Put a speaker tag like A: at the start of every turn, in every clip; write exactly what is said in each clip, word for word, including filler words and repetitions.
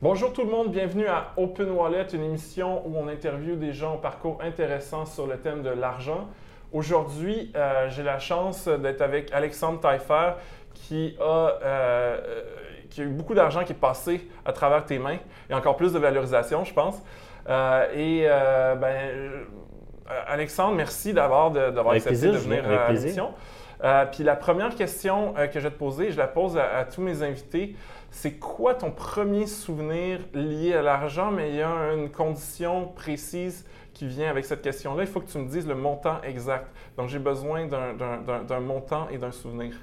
A: Bonjour tout le monde, bienvenue à Open Wallet, une émission où on interviewe des gens au parcours intéressant sur le thème de l'argent. Aujourd'hui, euh, j'ai la chance d'être avec Alexandre Taillefer qui a, euh, qui a eu beaucoup d'argent qui est passé à travers tes mains et encore plus de valorisation, je pense. Euh, et euh, ben, Alexandre, merci d'avoir, de, d'avoir accepté
B: plaisir,
A: de venir
B: avec
A: à
B: plaisir.
A: l'émission. Euh, puis la première question euh, que je vais te poser, je la pose à, à tous mes invités. C'est quoi ton premier souvenir lié à l'argent, mais il y a une condition précise qui vient avec cette question-là. Il faut que tu me dises le montant exact. Donc, j'ai besoin d'un, d'un, d'un, d'un montant et d'un souvenir.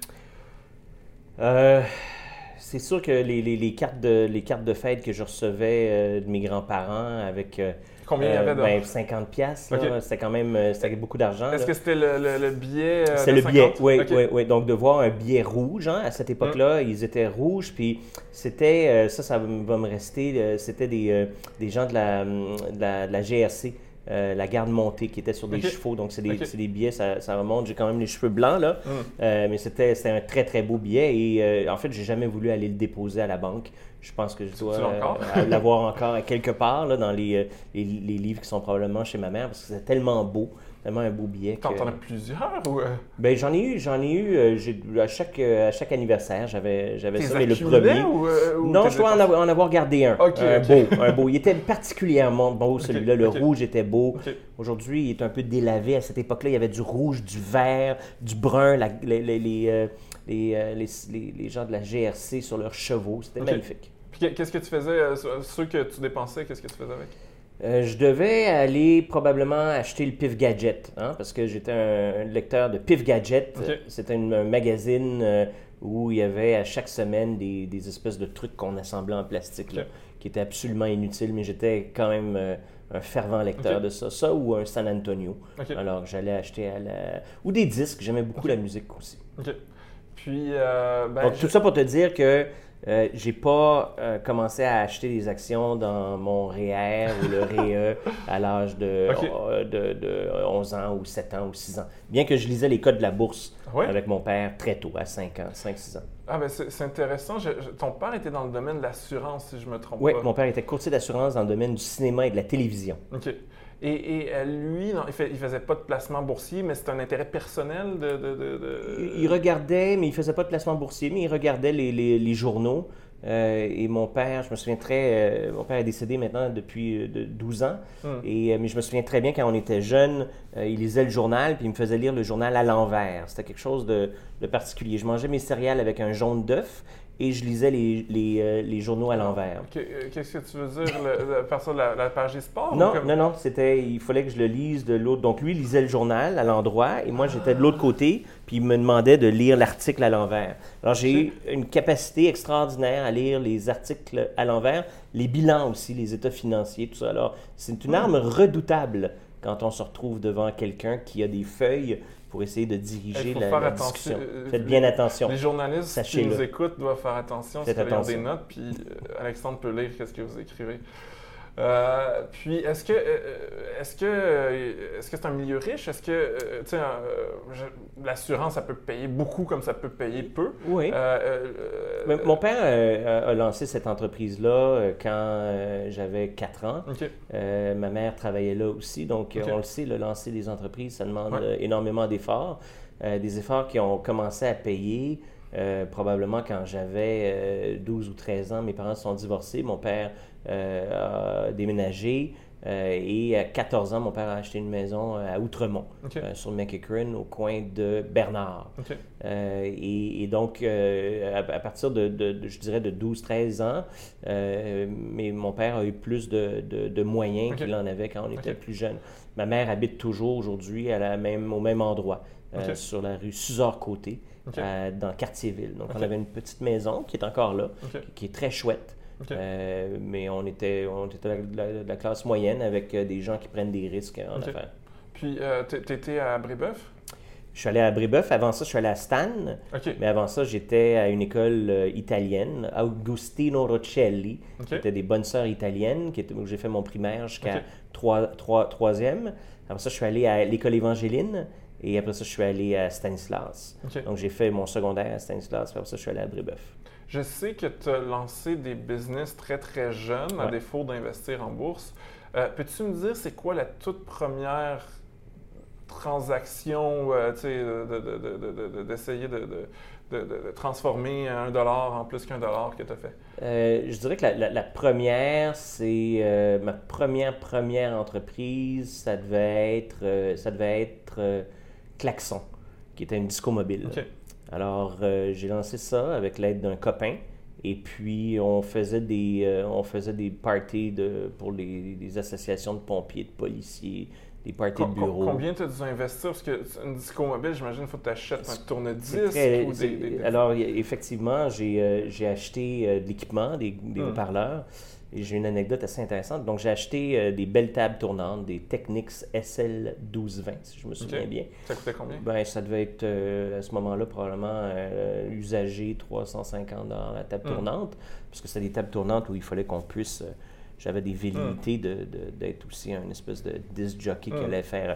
B: Euh, c'est sûr que les, les, les, cartes de, les cartes de fête que je recevais euh, de mes grands-parents avec euh,
A: Combien il y avait de...
B: ben, cinquante piastres,
A: Okay.
B: C'était quand même c'était beaucoup d'argent.
A: Est-ce
B: là.
A: que c'était le, le, le billet euh,
B: C'est
A: de
B: le
A: cinquante?
B: billet, oui,
A: Okay.
B: oui, oui. Donc, de voir un billet rouge, hein, à cette époque-là, mm. ils étaient rouges, puis c'était, euh, ça, ça va me rester, euh, c'était des, euh, des gens de la, de la, de la G R C. Euh, la garde montée qui était sur des
A: okay.
B: chevaux, donc c'est des,
A: okay.
B: c'est des billets, ça, ça remonte, j'ai quand même les cheveux blancs là,
A: mm.
B: euh, mais c'était, c'était un très très beau billet et euh, en fait j'ai jamais voulu aller le déposer à la banque. Je pense que je dois euh, l'avoir encore quelque part là, dans les, les, les livres qui sont probablement chez ma mère parce que c'est tellement beau. Tellement un beau billet.
A: T'en que... as plusieurs ou...
B: Ben j'en ai eu, j'en ai eu, euh, j'ai, à, chaque, euh, à chaque anniversaire, j'avais, j'avais
A: T'es
B: ça, mais le premier...
A: Ou, euh, ou
B: non, je dois en avoir, en avoir gardé un,
A: okay,
B: un
A: okay.
B: beau, un beau. Il était particulièrement beau celui-là,
A: okay,
B: le
A: okay.
B: rouge était beau.
A: Okay.
B: Aujourd'hui, il est un peu délavé. À cette époque-là, il y avait du rouge, du vert, du brun, la, les, les, les, euh, les, euh, les, les, les gens de la G R C sur leurs chevaux, c'était okay. magnifique.
A: Puis qu'est-ce que tu faisais, euh, ceux que tu dépensais, qu'est-ce que tu faisais avec?
B: Euh, je devais aller probablement acheter le Pif Gadget, hein, parce que j'étais un, un lecteur de Pif Gadget.
A: Okay.
B: C'était une, un magazine euh, où il y avait à chaque semaine des, des espèces de trucs qu'on assemblait en plastique, là, okay. qui étaient absolument inutiles, mais j'étais quand même euh, un fervent lecteur okay. de ça. Ça ou un San Antonio. Okay. Alors j'allais acheter à la... Ou des disques, j'aimais beaucoup okay. la musique aussi.
A: OK. Puis... Euh, ben,
B: Donc
A: je...
B: tout ça pour te dire que Euh, j'ai pas euh, commencé à acheter des actions dans mon R E E R ou le R E E à l'âge de,
A: okay.
B: euh, de, de onze ans ou sept ans ou six ans. Bien que je lisais les codes de la bourse
A: ouais.
B: avec mon père très tôt, à cinq ans, cinq six ans.
A: Ah ben c'est, c'est intéressant. Je, je, ton père était dans le domaine de l'assurance, si je me trompe
B: oui,
A: pas.
B: Oui, mon père était courtier d'assurance dans le domaine du cinéma et de la télévision.
A: OK. Et, et lui, non, il ne faisait pas de placement boursier, mais c'était un intérêt personnel de... de, de, de...
B: Il, il regardait, mais il ne faisait pas de placement boursier, mais il regardait les, les, les journaux. Euh, et mon père, je me souviens très... Euh, mon père est décédé maintenant depuis de douze ans. Mm. Et, euh, mais je me souviens très bien quand on était jeune, euh, il lisait le journal, puis il me faisait lire le journal à l'envers. C'était quelque chose de, de particulier. Je mangeais mes céréales avec un jaune d'œuf et je lisais les, les, euh, les journaux à l'envers.
A: Qu'est-ce que tu veux dire, le, à partir de la, la page des sports?
B: Non, comme... non, non, c'était, il fallait que je le lise de l'autre. Donc lui, il lisait le journal à l'endroit et moi, j'étais de l'autre côté, puis il me demandait de lire l'article à l'envers. Alors j'ai eu une capacité extraordinaire à lire les articles à l'envers, les bilans aussi, les états financiers, tout ça. Alors c'est une arme redoutable quand on se retrouve devant quelqu'un qui a des feuilles pour essayer de diriger la, la discussion. Faites bien attention.
A: Les journalistes
B: Sachez-le.
A: qui nous écoutent doivent faire attention si ils ont des notes, puis euh, Alexandre peut lire ce que vous écrivez. Euh, puis, est-ce que, euh, est-ce que, euh, est-ce que c'est un milieu riche? Est-ce que, euh, tu sais, euh, l'assurance, ça peut payer beaucoup comme ça peut payer peu?
B: Oui. Euh, euh, Mon père euh, a lancé cette entreprise-là euh, quand euh, j'avais quatre ans.
A: Okay.
B: Euh, ma mère travaillait là aussi, donc okay. on le sait, le lancer des entreprises, ça demande ouais. énormément d'efforts. Euh, des efforts qui ont commencé à payer euh, probablement quand j'avais euh, douze ou treize ans. Mes parents se sont divorcés. Mon père euh, a déménagé euh, et à quatorze ans, mon père a acheté une maison à Outremont, okay. euh, sur McEachern, au coin de Bernard.
A: Okay.
B: Euh, et, et donc, euh, à, à partir de, de, de, je dirais, de douze treize ans, euh, mais mon père a eu plus de, de, de moyens okay. qu'il en avait quand on était okay. plus jeune. Ma mère habite toujours aujourd'hui à la même, au même endroit, okay. euh, sur la rue Suzor-Côté, okay. euh, dans Cartierville. Donc, okay. on avait une petite maison qui est encore là, okay. qui, qui est très chouette. Okay. Euh, mais on était, on était de la, de la classe moyenne avec euh, des gens qui prennent des risques en
A: okay.
B: affaires.
A: Puis, euh, tu étais à Brébeuf?
B: Je suis allé à Brébeuf. Avant ça, je suis allé à Stan.
A: Okay.
B: Mais avant ça, j'étais à une école euh, italienne, Augustino Rocelli, okay. qui était des bonnes sœurs italiennes, qui était, où j'ai fait mon primaire jusqu'à okay. trois, trois, troisième. Après ça, je suis allé à l'école évangéline. Et après ça, je suis allé à Stanislas. Okay. Donc, j'ai fait mon secondaire à Stanislas. Après ça, je suis allé à Brébeuf.
A: Je sais que tu as lancé des business très, très jeunes, ouais. à défaut d'investir en bourse. Euh, peux-tu me dire, c'est quoi la toute première transaction, euh, tu sais, de, de, de, de, d'essayer de, de, de, de, de transformer un dollar en plus qu'un dollar que tu as fait?
B: Euh, je dirais que la, la, la première, c'est euh, ma première, première entreprise, ça devait être, euh, ça devait être euh, Klaxon, qui était une disco mobile.
A: Okay.
B: Alors, euh, j'ai lancé ça avec l'aide d'un copain. Et puis, on faisait des, euh, on faisait des parties de, pour les, les associations de pompiers, de policiers, des parties
A: Com-
B: de bureau.
A: Combien tu as dû investir? Parce qu'une disco mobile, j'imagine, il faut que tu achètes un tourne-disque
B: très,
A: ou des, des, des...
B: Alors, effectivement, j'ai, euh, j'ai acheté euh, de l'équipement, des, des mm. haut-parleurs. Et j'ai une anecdote assez intéressante. Donc, j'ai acheté euh, des belles tables tournantes, des Technics S L douze vingt, si je me souviens
A: okay.
B: bien.
A: Ça coûtait combien?
B: Ben, ça devait être, euh, à ce moment-là, probablement euh, usagé trois cent cinquante dollars la table mm. tournante, parce que c'était des tables tournantes où il fallait qu'on puisse... Euh, j'avais des velléités mm. de, de, d'être aussi un espèce de disc jockey mm. qui allait faire...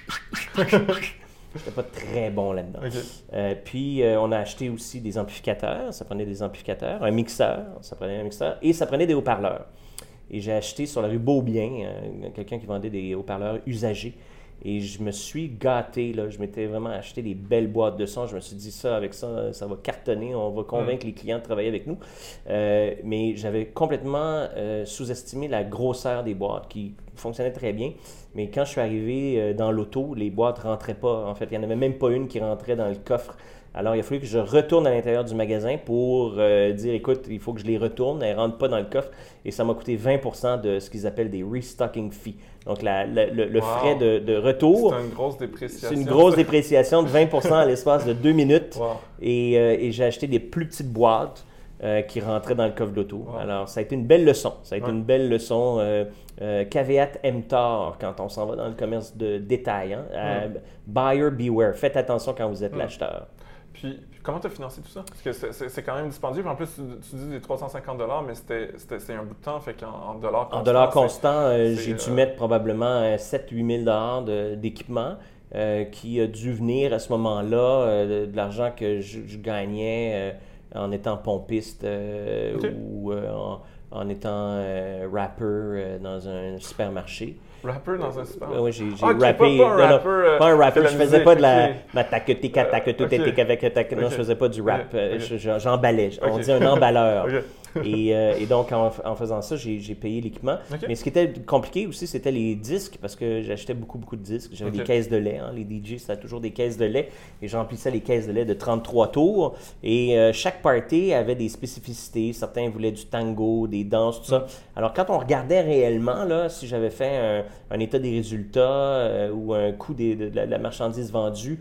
B: J'étais pas très bon là-dedans.
A: Okay.
B: Euh, puis, euh, on a acheté aussi des amplificateurs. Ça prenait des amplificateurs. Un mixeur. Ça prenait un mixeur. Et ça prenait des haut-parleurs. Et j'ai acheté sur la rue Beaubien, euh, quelqu'un qui vendait des haut-parleurs usagés. Et je me suis gâté, là. Je m'étais vraiment acheté des belles boîtes de son. Je me suis dit, ça, avec ça, ça va cartonner. On va convaincre mm. les clients de travailler avec nous. Euh, mais j'avais complètement euh, sous-estimé la grosseur des boîtes qui fonctionnaient très bien. Mais quand je suis arrivé euh, dans l'auto, les boîtes ne rentraient pas. En fait, il n'y en avait même pas une qui rentrait dans le coffre. Alors, il a fallu que je retourne à l'intérieur du magasin pour euh, dire, écoute, il faut que je les retourne, elles ne rentrent pas dans le coffre. Et ça m'a coûté vingt pour cent de ce qu'ils appellent des restocking fees. Donc, la, la, le, le wow. frais de, de retour.
A: C'est une grosse dépréciation.
B: C'est une grosse dépréciation de vingt pour cent à l'espace de deux minutes.
A: Wow.
B: Et, euh, et j'ai acheté des plus petites boîtes euh, qui rentraient dans le coffre d'auto.
A: Wow.
B: Alors, ça a été une belle leçon. Ça a été
A: ouais.
B: une belle leçon. Euh, euh, caveat emptor quand on s'en va dans le commerce de détail. Hein? Euh,
A: mm.
B: Buyer beware. Faites attention quand vous êtes
A: mm.
B: l'acheteur.
A: Puis, comment tu as financé tout ça? Parce que c'est, c'est, c'est quand même dispendieux. Puis en plus, tu, tu dis des trois cent cinquante dollars, mais c'était, c'était, c'était un bout de temps. Fait qu'en en dollars constants.
B: En dollars constants, euh, j'ai
A: euh...
B: dû mettre probablement sept à huit mille dollars de, d'équipement euh, qui a dû venir à ce moment-là euh, de, de l'argent que je, je gagnais euh, en étant pompiste euh, okay. ou euh, en, en étant euh, rapper euh, dans un supermarché.
A: Rapper dans un supermarché?
B: Oui, j'ai, j'ai
A: okay,
B: rappé.
A: Pas, pas un
B: non,
A: rapper.
B: Non, pas un rapper. Je faisais pas de la.
A: Okay.
B: Ma taqueté, taqueté, taqueté, non, je faisais pas du rap.
A: Okay.
B: Je, j'emballais. On
A: okay.
B: dit un emballeur.
A: okay.
B: Et, euh, et donc, en, en faisant ça, j'ai, j'ai payé l'équipement.
A: Okay.
B: Mais ce qui était compliqué aussi, c'était les disques, parce que j'achetais beaucoup, beaucoup de disques. J'avais okay. des caisses de lait. Hein. Les D J, c'était toujours des caisses de lait. Et j'emplissais les caisses de lait de trente-trois tours. Et euh, chaque party avait des spécificités. Certains voulaient du tango, des danses, tout ça. Mm. Alors, quand on regardait réellement, là, si j'avais fait un, un état des résultats euh, ou un coût des, de, la, de la marchandise vendue,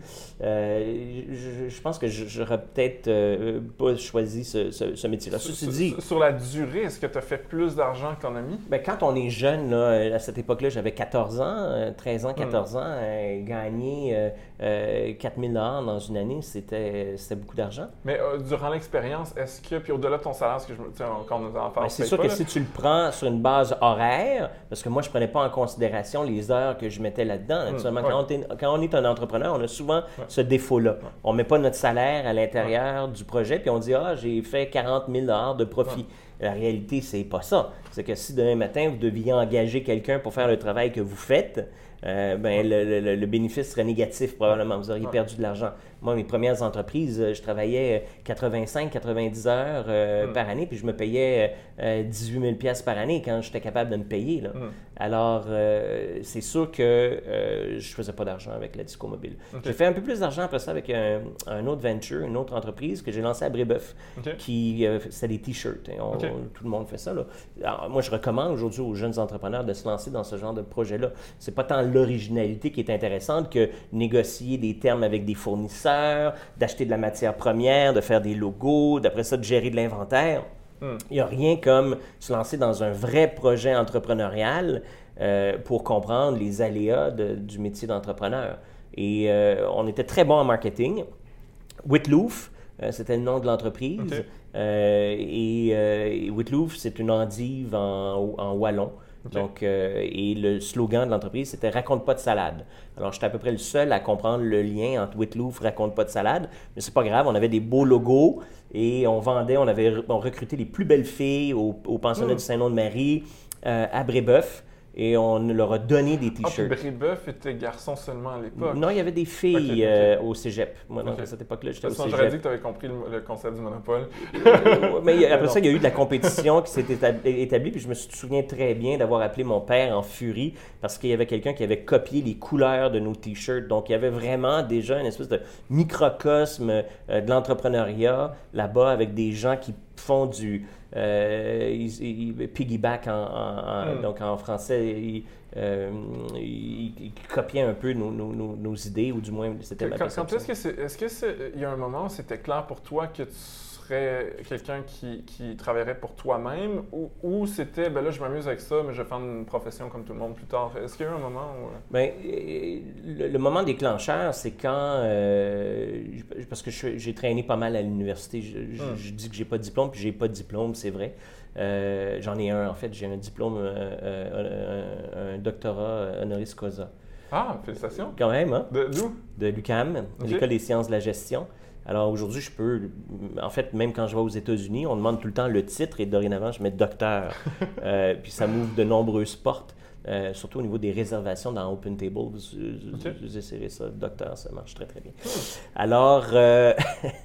B: euh, je, je pense que j'aurais peut-être euh, pas choisi ce, ce, ce métier-là. Ceci dit,
A: sur la durée, est-ce que tu as fait plus d'argent que ton ami?
B: Bien, quand on est jeune, là, à cette époque-là, j'avais quatorze ans, treize ans, quatorze mm. ans, euh, gagner euh, euh, quatre mille dollars dans une année, c'était, c'était beaucoup d'argent.
A: Mais euh, durant l'expérience, est-ce que, puis au-delà de ton salaire, parce que je, quand on est en
B: ben, c'est sûr pas, que là. Si tu le prends sur une base horaire, parce que moi, je ne prenais pas en considération les heures que je mettais là-dedans. Mm. Naturellement, ouais. quand, on est, quand on est un entrepreneur, on a souvent ouais. ce défaut-là. Ouais. On ne met pas notre salaire à l'intérieur ouais. du projet, puis on dit « Ah, j'ai fait quarante mille dollars de profit. Ouais. » La réalité, c'est pas ça. C'est que si demain matin, vous deviez engager quelqu'un pour faire le travail que vous faites, euh, ben, le, le, le bénéfice serait négatif probablement. Vous auriez perdu de l'argent. Moi, mes premières entreprises, je travaillais quatre-vingt-cinq à quatre-vingt-dix heures euh, mm. par année, puis je me payais euh, dix-huit mille dollars par année quand j'étais capable de me payer. Là. Mm. Alors, euh, c'est sûr que euh, je ne faisais pas d'argent avec la disco mobile. Okay. J'ai fait un peu plus d'argent après ça avec un, un autre venture, une autre entreprise que j'ai lancée à Brébeuf, okay. qui euh, c'était des t-shirts. Hein. On, okay. Tout le monde fait ça. Là. Alors, moi, je recommande aujourd'hui aux jeunes entrepreneurs de se lancer dans ce genre de projet-là. C'est pas tant l'originalité qui est intéressante que négocier des termes avec des fournisseurs, d'acheter de la matière première, de faire des logos, d'après ça, de gérer de l'inventaire. Mm. Il n'y a rien comme se lancer dans un vrai projet entrepreneurial euh, pour comprendre les aléas de, du métier d'entrepreneur. Et euh, on était très bon en marketing. Witloof, euh, c'était le nom de l'entreprise. Okay. Euh, et, euh, et Witloof, c'est une endive en, en wallon. Okay. Donc, euh, et le slogan de l'entreprise, c'était « Raconte pas de salade ». Alors, j'étais à peu près le seul à comprendre le lien entre Witloof, Raconte pas de salade, mais c'est pas grave, on avait des beaux logos et on vendait, on avait on recruté les plus belles filles au, au pensionnat mmh. du Saint-Nom-de-Marie, euh, à Brébeuf. Et on leur a donné des t-shirts.
A: Ah, puis Brébeuf était garçon seulement à l'époque.
B: Non, il y avait des filles okay, okay. Euh, au cégep. Moi, okay. À cette époque-là, j'étais au cégep.
A: J'aurais dit que tu avais compris le, le concept du monopole.
B: euh, mais après ça, il y a eu de la compétition qui s'est établie. Puis je me souviens très bien d'avoir appelé mon père en furie parce qu'il y avait quelqu'un qui avait copié les couleurs de nos t-shirts. Donc, il y avait vraiment déjà une espèce de microcosme euh, de l'entrepreneuriat là-bas avec des gens qui font du... Euh, ils, ils piggyback en, en, en, mm. donc en français, ils, euh, ils, ils copiaient un peu nos, nos, nos, nos idées, ou du moins c'était ma perception.
A: Quand est-ce que c'est, est-ce que c'est, il y a un moment où c'était clair pour toi que tu serais quelqu'un qui, qui travaillerait pour toi-même, ou, ou c'était, ben là je m'amuse avec ça, mais je vais faire une profession comme tout le monde plus tard. Est-ce qu'il y a eu un moment où...
B: Bien, le, le moment déclencheur, c'est quand, euh, parce que je, j'ai traîné pas mal à l'université, je, je, mm. je dis que j'ai pas de diplôme, puis j'ai pas de diplôme, c'est vrai. Euh, j'en ai un, en fait, j'ai un diplôme, euh, euh, un, un doctorat honoris causa.
A: Ah, félicitations!
B: Quand même, hein?
A: De, d'où?
B: De l'U Q A M, okay. L'École des sciences de la gestion. Alors aujourd'hui, je peux, en fait, même quand je vais aux États-Unis, on demande tout le temps le titre et dorénavant, je mets docteur. euh, puis ça m'ouvre de nombreuses portes. Euh, surtout au niveau des réservations dans OpenTable, vous, okay. vous essayerez ça, docteur, ça marche très très bien. Alors, euh,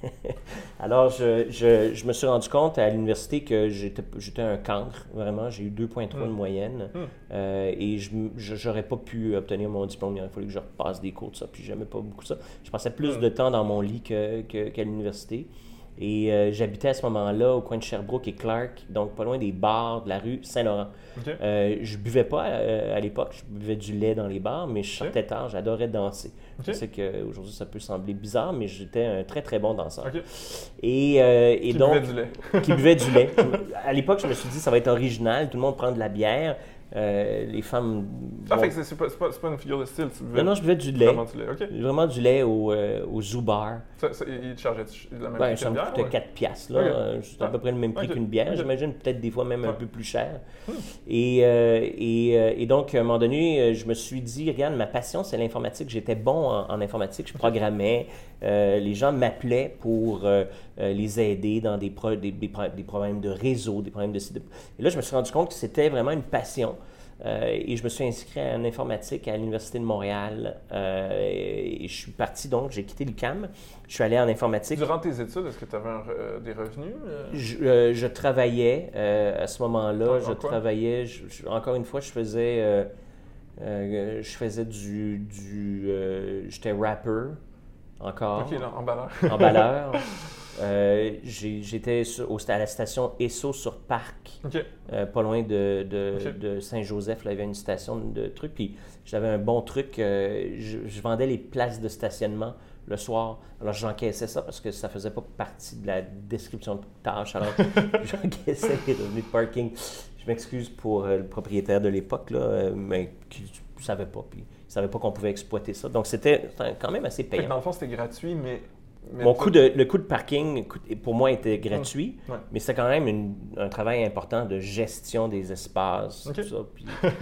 B: alors je, je, je me suis rendu compte à l'université que j'étais, j'étais un cancre, vraiment, j'ai eu deux virgule trois mm. de moyenne mm. euh, et je n'aurais pas pu obtenir mon diplôme, il aurait fallu que je repasse des cours de ça, puis j'aimais pas beaucoup ça. Je passais plus mm. de temps dans mon lit que, que, qu'à l'université. Et euh, j'habitais à ce moment-là au coin de Sherbrooke et Clark, donc pas loin des bars de la rue Saint-Laurent. Okay. Euh, je buvais pas euh, à l'époque, je buvais du lait dans les bars, mais je sortais okay. tard, j'adorais danser. Okay. Je sais qu'aujourd'hui ça peut sembler bizarre, mais j'étais un très très bon danseur. Okay. Et, euh, et
A: qui
B: donc,
A: buvait du lait.
B: Qui buvait du lait. À l'époque, je me suis dit ça va être original, tout le monde prend de la bière. Euh, les femmes.
A: Ah, bon, fait que c'est pas, c'est, pas, c'est pas une figure de style, tu buvais.
B: Non, non, je buvais du lait.
A: Vraiment du lait, ok.
B: Vraiment du lait au, euh, au Zoo Bar.
A: Ça, ça, il te chargeait de la même
B: ben,
A: prix
B: ça me coûtait
A: ouais.
B: quatre piastres, là. Okay. C'est à peu près le même prix okay. qu'une bière. Okay. J'imagine peut-être des fois même ouais. un peu plus cher. Hmm. Et, euh, et, et donc, à un moment donné, je me suis dit, regarde, ma passion, c'est l'informatique. J'étais bon en, en informatique, je programmais. Euh, les gens m'appelaient pour euh, euh, les aider dans des, pro- des, des, des problèmes de réseau, des problèmes de site. Et là, je me suis rendu compte que c'était vraiment une passion. Euh, et je me suis inscrit en informatique à l'Université de Montréal. Euh, et je suis parti donc, j'ai quitté l'U Q A M. Je suis allé en informatique.
A: Durant tes études, est-ce que tu avais un, euh, des revenus? Euh?
B: Je, euh, je travaillais euh, à ce moment-là. En, je en travaillais, je, je, encore une fois, je faisais, euh, euh, je faisais du. du euh, j'étais rapper encore.
A: Ok, là, emballeur.
B: Emballeur. Euh, j'ai, j'étais sur, au, à la station Esso sur Parc,
A: okay.
B: euh, pas loin de, de,
A: okay.
B: de Saint-Joseph. Là, il y avait une station de trucs. Puis j'avais un bon truc. Euh, je, je vendais les places de stationnement le soir. Alors j'encaissais ça parce que ça faisait pas partie de la description de tâche. Alors j'encaissais les revenus de parking. Je m'excuse pour euh, le propriétaire de l'époque, là, euh, mais qui ne savait pas. Puis il ne savait pas qu'on pouvait exploiter ça. Donc c'était, c'était quand même assez payant.
A: Dans le fond, c'était gratuit, mais.
B: Mais Mon coût de, le coût de parking, pour moi, était gratuit,
A: mmh. ouais.
B: mais c'était quand même une, un travail important de gestion des espaces.
A: Okay.
B: Tout ça, puis...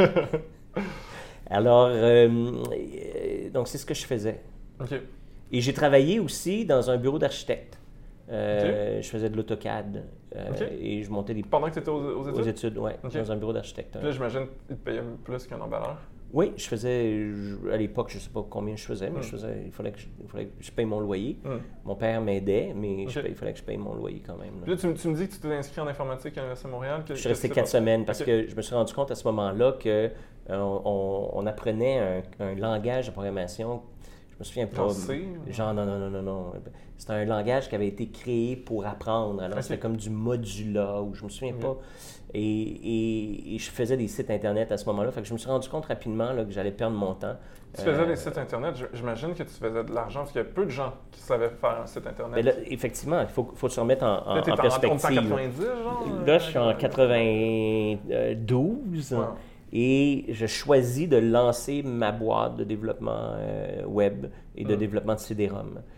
B: Alors, euh, donc c'est ce que je faisais.
A: Okay.
B: Et j'ai travaillé aussi dans un bureau d'architecte. Euh,
A: okay.
B: Je faisais de l'AutoCAD euh,
A: okay.
B: et je montais des...
A: Pendant que tu étais aux, aux études?
B: Aux études, oui, okay. Dans un bureau d'architecte.
A: Puis là, j'imagine qu'ils te payaient plus qu'un emballeur?
B: Oui, je faisais, je, à l'époque, je ne sais pas combien je faisais, mais mm. je faisais, il, fallait que je, il fallait que je paye mon loyer. Mm. Mon père m'aidait, mais okay. je paye, il fallait que je paye mon loyer quand même. Là.
A: Puis là, tu, tu me dis que tu t'es inscrit en informatique à l'Université de Montréal. Que,
B: je suis resté quatre semaines parce okay. que je me suis rendu compte à ce moment-là qu'on euh, on, on apprenait un, un langage de programmation. Je me souviens pas.
A: C,
B: genre, non, non, non, non, non. C'était un langage qui avait été créé pour apprendre. Alors, okay. c'était comme du modula, ou je me souviens okay. pas. Et, et, et je faisais des sites Internet à ce moment-là. Fait que je me suis rendu compte rapidement là, que j'allais perdre mon temps.
A: Tu faisais euh, des sites Internet. J'imagine que tu faisais de l'argent, parce qu'il y a peu de gens qui savaient faire un site Internet.
B: Mais là, effectivement, il faut, faut se remettre en, en,
A: là,
B: en perspective.
A: En quatre-vingt-dix, genre?
B: Là, je suis en quatre-vingt-douze. Wow. Et je choisis de lancer ma boîte de développement euh, web et de mmh. développement de C D-ROM.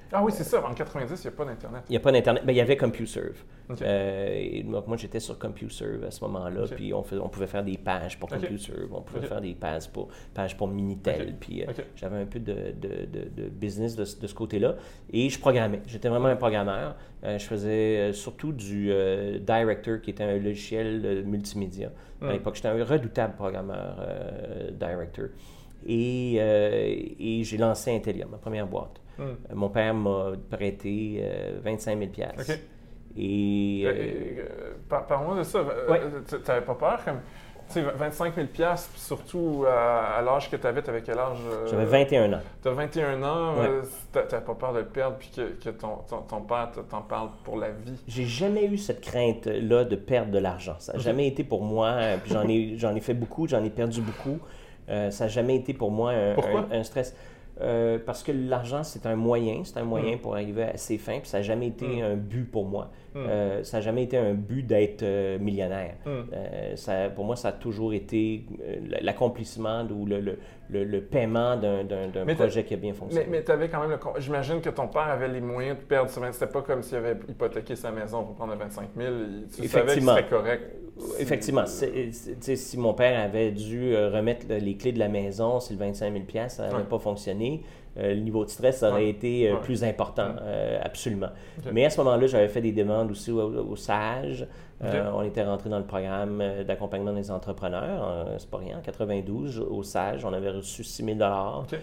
A: Ah oui, c'est ça. En quatre-vingt-dix, il n'y a pas d'Internet.
B: Il n'y a pas d'Internet. Bien, il y avait CompuServe.
A: Okay.
B: Euh, et donc, moi, j'étais sur CompuServe à ce moment-là. Okay. Puis, on, fait, on pouvait faire des pages pour okay. CompuServe. On pouvait okay. faire des pages pour, pages pour Minitel. Okay. Puis, euh, okay. j'avais un peu de, de, de, de business de, de ce côté-là. Et je programmais. J'étais vraiment un programmeur. Euh, je faisais surtout du euh, Director, qui était un logiciel euh, multimédia. Mm. À l'époque, j'étais un redoutable programmeur euh, Director. Et, euh, et j'ai lancé Intellia, ma première boîte. Mm. Euh, mon père m'a prêté euh, vingt-cinq mille dollars.
A: Okay.
B: Et... Euh,
A: euh, par, Parle-moi de ça.
B: Ouais.
A: Tu n'avais pas peur? Comme, vingt-cinq mille dollars, surtout à, à l'âge que tu avais, tu avais quel âge? Euh,
B: J'avais vingt et un ans.
A: Tu as vingt et un ans,
B: ouais.
A: euh, tu n'avais pas peur de le perdre puis que, que ton, ton, ton père t'en parle pour la vie?
B: J'ai jamais eu cette crainte-là de perdre de l'argent. Ça n'a okay. jamais été pour moi, puis j'en ai, j'en ai fait beaucoup, j'en ai perdu beaucoup. Euh, ça n'a jamais été pour moi un, un, un stress. Euh, parce que l'argent, c'est un moyen, c'est un moyen mm. pour arriver à ses fins, puis ça n'a jamais été mm. un but pour moi. Mm. Euh, ça n'a jamais été un but d'être euh, millionnaire. Mm. Euh, ça, pour moi, ça a toujours été euh, l'accomplissement ou le, le, le, le paiement d'un, d'un, d'un projet qui a bien fonctionné.
A: Mais, mais tu avais quand même, le, j'imagine que ton père avait les moyens de perdre ce vingt. C'était pas comme s'il avait hypothéqué sa maison pour prendre vingt-cinq mille. Tu savais que c'était correct.
B: Si... Effectivement. C'est, c'est, si mon père avait dû remettre les clés de la maison, si le vingt-cinq mille dollars, ça n'avait ouais. pas fonctionné, euh, le niveau de stress aurait ouais. été euh, ouais. plus important, euh, absolument. Okay. Mais à ce moment-là, j'avais fait des demandes aussi au, au SAGE. Okay. Euh, on était rentré dans le programme d'accompagnement des entrepreneurs, euh, c'est pas rien, en quatre-vingt-douze, au SAGE, on avait reçu six mille dollars. Okay.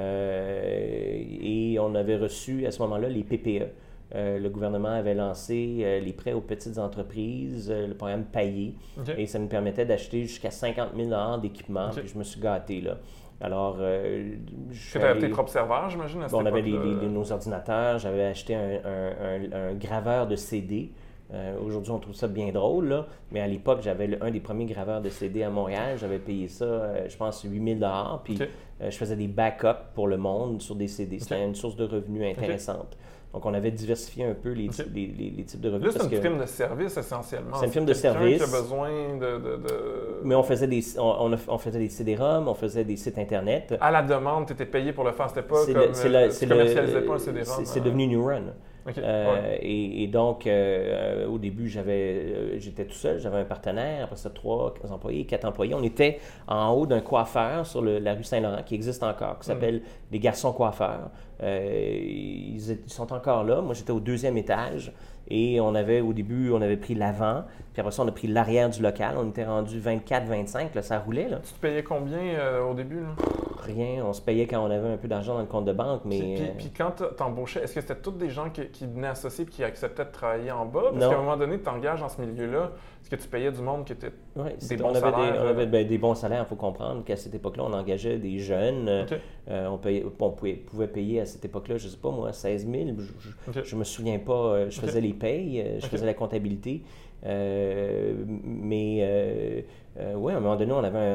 B: Euh, et on avait reçu à ce moment-là les P P E. Euh, le gouvernement avait lancé euh, les prêts aux petites entreprises, euh, le programme Payé, okay. et ça nous permettait d'acheter jusqu'à cinquante mille dollars d'équipement, okay. puis je me suis gâté là. Alors, euh,
A: tu avais tes propres serveurs, j'imagine, à cette
B: bon, on avait les,
A: les,
B: les, nos ordinateurs, j'avais acheté un, un, un, un graveur de C D. Euh, aujourd'hui, on trouve ça bien drôle, là, mais à l'époque, j'avais le, un des premiers graveurs de C D à Montréal. J'avais payé ça, euh, je pense, huit mille dollars, puis okay. euh, je faisais des backups pour le monde sur des C D. C'était okay. une source de revenus intéressante. Okay. Donc, on avait diversifié un peu les, okay. les, les, les types de revenus.
A: Là, c'est une firme de service, essentiellement.
B: C'est une firme de service.
A: Quelqu'un qui a besoin de... de, de...
B: Mais on faisait des, on, on faisait des C D-ROM, on faisait des sites Internet.
A: À la demande, tu étais payé pour le faire. C'était pas
B: c'est
A: comme...
B: Le, c'est le,
A: tu commercialisais pas un C D-ROM.
B: C'est, c'est devenu New Run.
A: Okay.
B: Euh,
A: ouais.
B: et, et donc, euh, au début, j'avais, euh, j'étais tout seul, j'avais un partenaire, après ça, trois employés, quatre employés. On était en haut d'un coiffeur sur le, la rue Saint-Laurent, qui existe encore, qui s'appelle mm. Les Garçons Coiffeurs. Euh, ils, ils sont encore là. Moi, j'étais au deuxième étage. Et on avait, au début, on avait pris l'avant, puis après ça, on a pris l'arrière du local. On était rendu vingt-quatre vingt-cinq, là, ça roulait. Là.
A: Tu te payais combien euh, au début? Là?
B: Rien, on se payait quand on avait un peu d'argent dans le compte de banque, mais...
A: Puis, puis,
B: euh...
A: puis quand t'embauchais, est-ce que c'était tous des gens qui, qui venaient associés et qui acceptaient de travailler en bas? Parce
B: non.
A: qu'à un moment donné, tu t'engages dans ce milieu-là, est-ce que tu payais du monde qui était
B: ouais,
A: des bons
B: on avait
A: salaires?
B: Des, on avait ben, des bons salaires, il faut comprendre qu'à cette époque-là, on engageait des jeunes. Okay. Euh, on, payait, on pouvait, pouvait payer à cette époque-là, je ne sais pas moi, seize mille. Je ne okay. me souviens pas, je faisais okay. les payes, je okay. faisais la comptabilité. Euh, mais euh, euh, oui, à un moment donné, on avait un,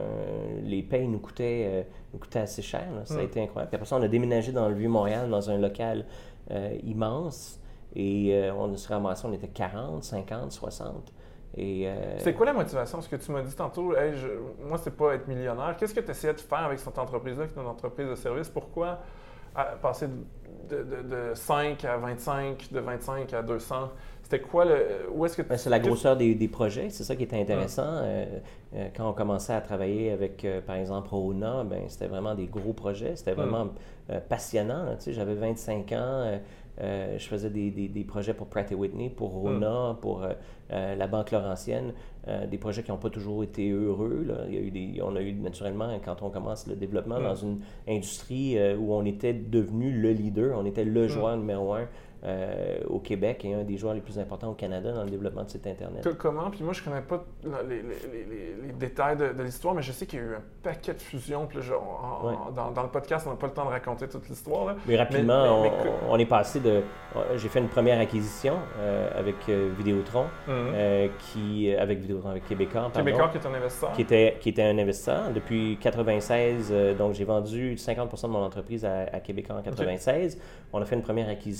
B: un, les payes nous coûtaient, euh, nous coûtaient assez cher. Là. Ça mm. a été incroyable. Puis après ça, on a déménagé dans le Vieux-Montréal, dans un local euh, immense. Et euh, on se ramassé, on était quarante, cinquante, soixante. Et, euh...
A: C'est quoi la motivation? Ce que tu m'as dit tantôt, hey, je, moi, c'est pas être millionnaire. Qu'est-ce que tu essayais de faire avec cette entreprise-là, qui est une entreprise de service? Pourquoi à, passer de, de, de cinq à vingt-cinq, de vingt-cinq à deux cents? C'était quoi le. Où est-ce que tu...
B: ben, c'est la grosseur des, des projets, c'est ça qui est intéressant. Ah. Euh, euh, quand on commençait à travailler avec, euh, par exemple, Rona, ben, c'était vraiment des gros projets. C'était vraiment ah. euh, passionnant. Là, tu sais, j'avais vingt-cinq ans. Euh, Euh, je faisais des, des, des projets pour Pratt et Whitney, pour Rona, mm. pour euh, euh, la Banque Laurentienne, euh, des projets qui n'ont pas toujours été heureux. Là. Il y a eu des, on a eu naturellement, quand on commence le développement mm. dans une industrie euh, où on était devenu le leader, on était le mm. joueur numéro un euh, au Québec et un des joueurs les plus importants au Canada dans le développement de site Internet.
A: Comment? Puis moi, je ne connais pas les, les, les, les détails de, de l'histoire, mais je sais qu'il y a eu un paquet de fusions. Puis là, genre, en, ouais. dans, dans le podcast, on n'a pas le temps de raconter toute l'histoire. Là.
B: Mais rapidement, mais, mais, on,
A: mais...
B: on est passé de... J'ai fait une première acquisition euh, avec euh, Vidéotron, mm-hmm. euh, qui, avec Vidéotron, avec Québécois, pardon.
A: Québécois qui est un investisseur.
B: Qui était, qui était un investisseur. Depuis quatre-vingt-seize, euh, donc j'ai vendu cinquante pour cent de mon entreprise à, à Québécois en quatre-vingt-seize. Okay. On a fait une première acquisition, Socom,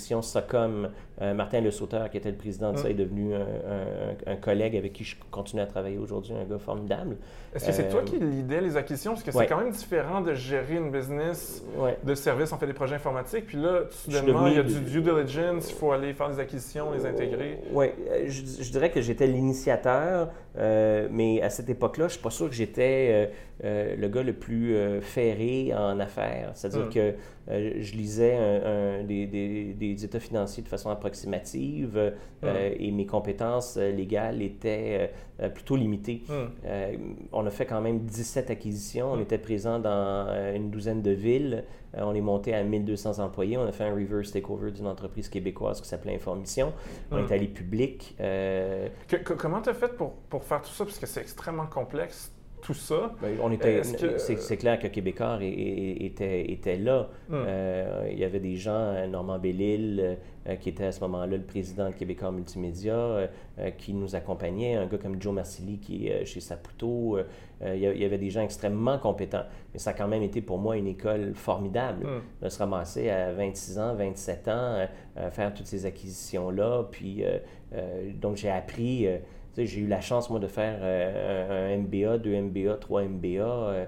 B: dot-com. Euh, Martin Le Sauteur, qui était le président de ça,
A: Mm.
B: est devenu un, un, un collègue avec qui je continue à travailler aujourd'hui, un gars formidable.
A: Est-ce que c'est
B: Euh,
A: toi qui lidais les acquisitions? Parce que
B: ouais.
A: c'est quand même différent de gérer une business
B: Ouais.
A: de service, on fait des projets informatiques, puis là,
B: suis
A: soudainement, il y a
B: devenu-
A: du due diligence, il faut aller faire des acquisitions, les intégrer.
B: Oui, je, je dirais que j'étais l'initiateur, euh, mais à cette époque-là, je ne suis pas sûr que j'étais euh, euh, le gars le plus euh, ferré en affaires. C'est-à-dire
A: Mm.
B: que euh, je lisais un, un, des, des, des états financiers de façon approximative euh,
A: Mm.
B: et mes compétences euh, légales étaient euh, plutôt limitées.
A: Mm.
B: Euh, on a fait quand même dix-sept acquisitions. On
A: Mm.
B: était présent dans euh, une douzaine de villes. Euh, on est monté à mille deux cents employés. On a fait un reverse takeover d'une entreprise québécoise qui s'appelait Informission. On
A: Mm.
B: est allé public. Euh,
A: Que- que- comment tu as fait pour, pour faire tout ça? Parce que c'est extrêmement complexe, tout ça.
B: ben, on était,
A: Est-ce que-
B: c'est, c'est clair que Québécois est- est- était, était là.
A: Mm.
B: Euh, il y avait des gens, euh, Normand Bellil, euh, qui était à ce moment-là le président de Québécois Multimédia, euh, euh, qui nous accompagnait. Un gars comme Joe Marcilli, qui est euh, chez Saputo. Euh, euh, il y avait des gens extrêmement compétents. Mais ça a quand même été pour moi une école formidable
A: Mm.
B: de se ramasser à vingt-six ans, vingt-sept ans, euh, euh, faire toutes ces acquisitions-là. Puis, euh, euh, donc, j'ai appris, euh, tu sais, j'ai eu la chance, moi, de faire euh, un, un M B A, deux M B A, trois M B A euh,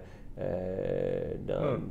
B: euh, dans,
A: Mm.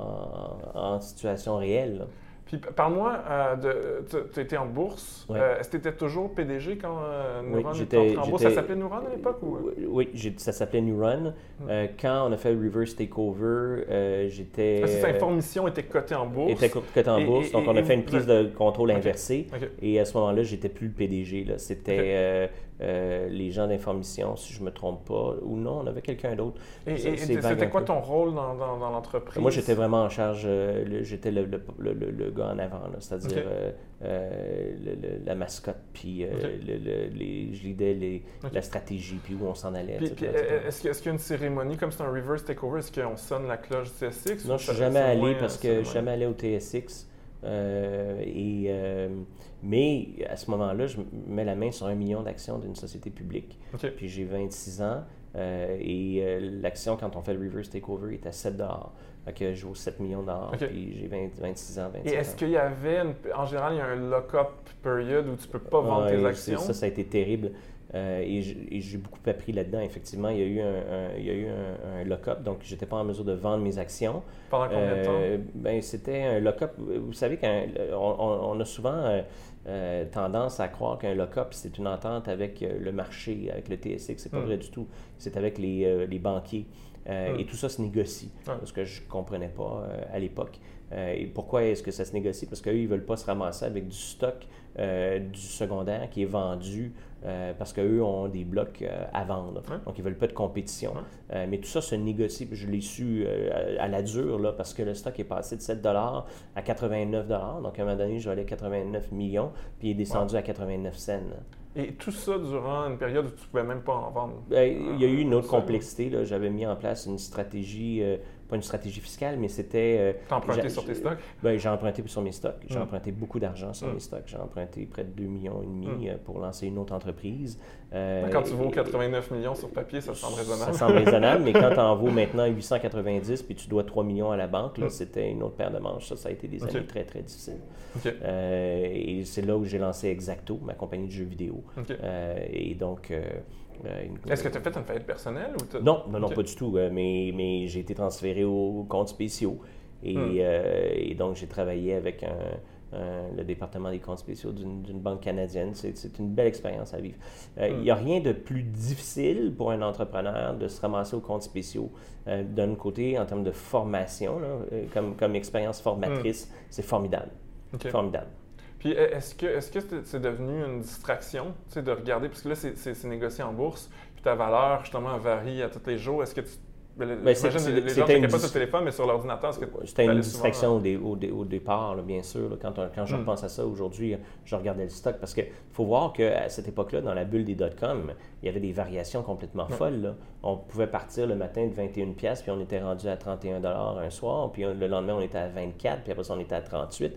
B: dans- en, en situation réelle, là.
A: Puis p- parle-moi, euh, de, tu étais en bourse.
B: Ouais.
A: Euh, Est-ce que tu étais toujours P D G quand euh,
B: Oui,
A: Neuron
B: j'étais-
A: était entré en bourse? Ça
B: j'étais-
A: s'appelait Neuron à l'époque? Ou...
B: Oui, j'ai- ça s'appelait New Run. Euh, quand on a fait le reverse takeover, euh, j'étais...
A: Ah, c'est ça, Informission était coté en bourse.
B: était coté en
A: Et-
B: bourse,
A: et-
B: donc on
A: et
B: a fait une
A: vous-
B: prise de contrôle
A: Ok.
B: inversée.
A: OK.
B: Et à ce moment-là, j'étais plus le P D G, là. C'était
A: Ok.
B: euh, euh, les gens d'Informission, si je me trompe pas, ou non, on avait quelqu'un d'autre.
A: Et,
B: Ça,
A: et-
B: c'est
A: et
B: vague
A: c'était
B: un
A: quoi
B: peu.
A: ton rôle dans, dans, dans l'entreprise?
B: Moi, j'étais vraiment en charge, euh, le- j'étais le, le, le, le- le gars en avant, là, c'est-à-dire
A: Ok.
B: euh, euh, le- le- la mascotte, puis euh,
A: Ok.
B: le- le- les, je lidais les,
A: Ok.
B: la stratégie, puis où on s'en allait,
A: Puis,
B: et
A: puis,
B: cetera, et cetera.
A: est-ce qu'il est-ce qu'il y a une cérémonie, comme c'est un reverse takeover, est-ce qu'on sonne la cloche du T S X?
B: Non,
A: ou
B: je suis
A: ça-
B: jamais
A: c'est
B: allé
A: moins-
B: parce
A: c'est
B: que je
A: moins-
B: suis jamais allé au T S X. Euh, et, euh, mais à ce moment-là, je mets la main sur un million d'actions d'une société publique.
A: OK.
B: Puis j'ai vingt-six ans euh, et euh, l'action, quand on fait le reverse takeover, est à sept dollars. Fait que je vaux sept millions de dollars,
A: OK.
B: puis j'ai vingt, vingt-six ans,
A: Et
B: vingt-sept
A: est-ce
B: ans.
A: qu'il y avait, une- en général, il y a un lock-up period où tu peux pas vendre
B: Ouais,
A: tes
B: c'est-
A: actions?
B: Ça, ça a été terrible. Euh, et j'- et j'ai beaucoup appris là-dedans. Effectivement, il y a eu un, un- il y a eu un, un lock-up, donc je n'étais pas en mesure de vendre mes actions.
A: Pendant combien de temps?
B: Euh, ben, c'était un lock-up. Vous savez qu'on on, on a souvent euh, euh, tendance à croire qu'un lock-up, c'est une entente avec euh, le marché, avec le T S X. C'est pas
A: Mm.
B: vrai du tout. C'est avec les, euh, les banquiers. Euh,
A: Mm.
B: Et tout ça se négocie,
A: Ouais.
B: ce que je ne comprenais pas euh, à l'époque. Euh, et pourquoi est-ce que ça se négocie? Parce qu'eux, ils ne veulent pas se ramasser avec du stock euh, du secondaire qui est vendu euh, parce qu'eux ont des blocs euh, à vendre.
A: Ouais.
B: Donc, ils ne veulent pas de compétition.
A: Ouais.
B: Euh, mais tout ça se négocie. Puis je l'ai su euh, à, à la dure, là, parce que le stock est passé de sept dollars à quatre-vingt-neuf dollars. Donc, à un moment donné, je valais quatre-vingt-neuf millions, puis il est descendu à quatre-vingt-neuf cents.
A: Et tout ça durant une période où tu pouvais même pas en vendre?
B: Ben, il y a eu une autre
A: Ça,
B: complexité. Là. J'avais mis en place une stratégie, euh, pas une stratégie fiscale, mais c'était... euh,
A: T'as emprunté
B: j'a-
A: sur tes stocks?
B: Ben, j'ai emprunté sur mes stocks. J'ai
A: Mm.
B: emprunté beaucoup d'argent sur
A: Mm.
B: mes stocks. J'ai emprunté près de deux millions et demi
A: Mm.
B: euh, pour lancer une autre entreprise. Euh,
A: Quand tu vaux
B: et-
A: quatre-vingt-neuf millions sur papier, ça te semble raisonnable.
B: Ça semble raisonnable, mais quand tu en vaux maintenant huit cent quatre-vingt-dix puis tu dois trois millions à la banque, là,
A: Mm.
B: c'était une autre paire de manches. Ça, ça a été des
A: Ok.
B: années très, très difficiles.
A: OK.
B: Euh, et c'est là où j'ai lancé Exacto, ma compagnie de jeux vidéo.
A: OK.
B: Euh, et donc... euh, euh, une-
A: Est-ce que tu as fait une faillite personnelle? Ou t'as-
B: Non, non, non,
A: Ok.
B: pas du tout. euh, mais mais j'ai été transféré aux comptes spéciaux. Et,
A: Hmm.
B: euh, et donc, j'ai travaillé avec un- un- le département des comptes spéciaux d'une d'une banque canadienne. C'est c'est une belle expérience à vivre. Euh, Il
A: Hmm.
B: n'y a rien de plus difficile pour un entrepreneur de se ramasser aux comptes spéciaux. Euh, D'un côté, en termes de formation, là, euh, comme, comme expérience formatrice, c'est formidable.
A: OK.
B: Formidable.
A: Puis e- est-ce que est-ce que c'est c'est devenu une distraction, tu sais, de regarder, parce que là, c'est- c'est c'est négocié en bourse, puis ta valeur, justement, varie à tous les jours. Est-ce que tu... Ben,
B: Ben, c'est-
A: j'imagine
B: c'est-
A: les, les gens
B: c'était
A: ne checkent
B: une
A: pas
B: dis-
A: sur le téléphone, mais sur l'ordinateur, est-ce que
B: C'était une
A: t'allais souvent-
B: distraction au, dé- au dé- au départ, là, bien sûr. là. Quand, on- quand je
A: Mm.
B: repense à ça aujourd'hui, je regardais le stock parce qu'il faut voir qu'à cette époque-là, dans la bulle des dot-com, il y avait des variations complètement
A: Ouais.
B: folles. Là. On pouvait partir le matin de vingt et une piastres, puis on était rendu à trente et un dollars un soir, puis le lendemain, on était à vingt-quatre, puis après ça, on était à trente-huit.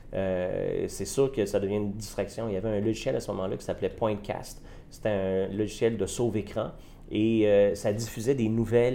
B: Euh, c'est sûr que ça devient une distraction. Il y avait un logiciel à ce moment-là qui s'appelait PointCast. C'était un logiciel de sauve-écran et euh, ça diffusait des nouvelles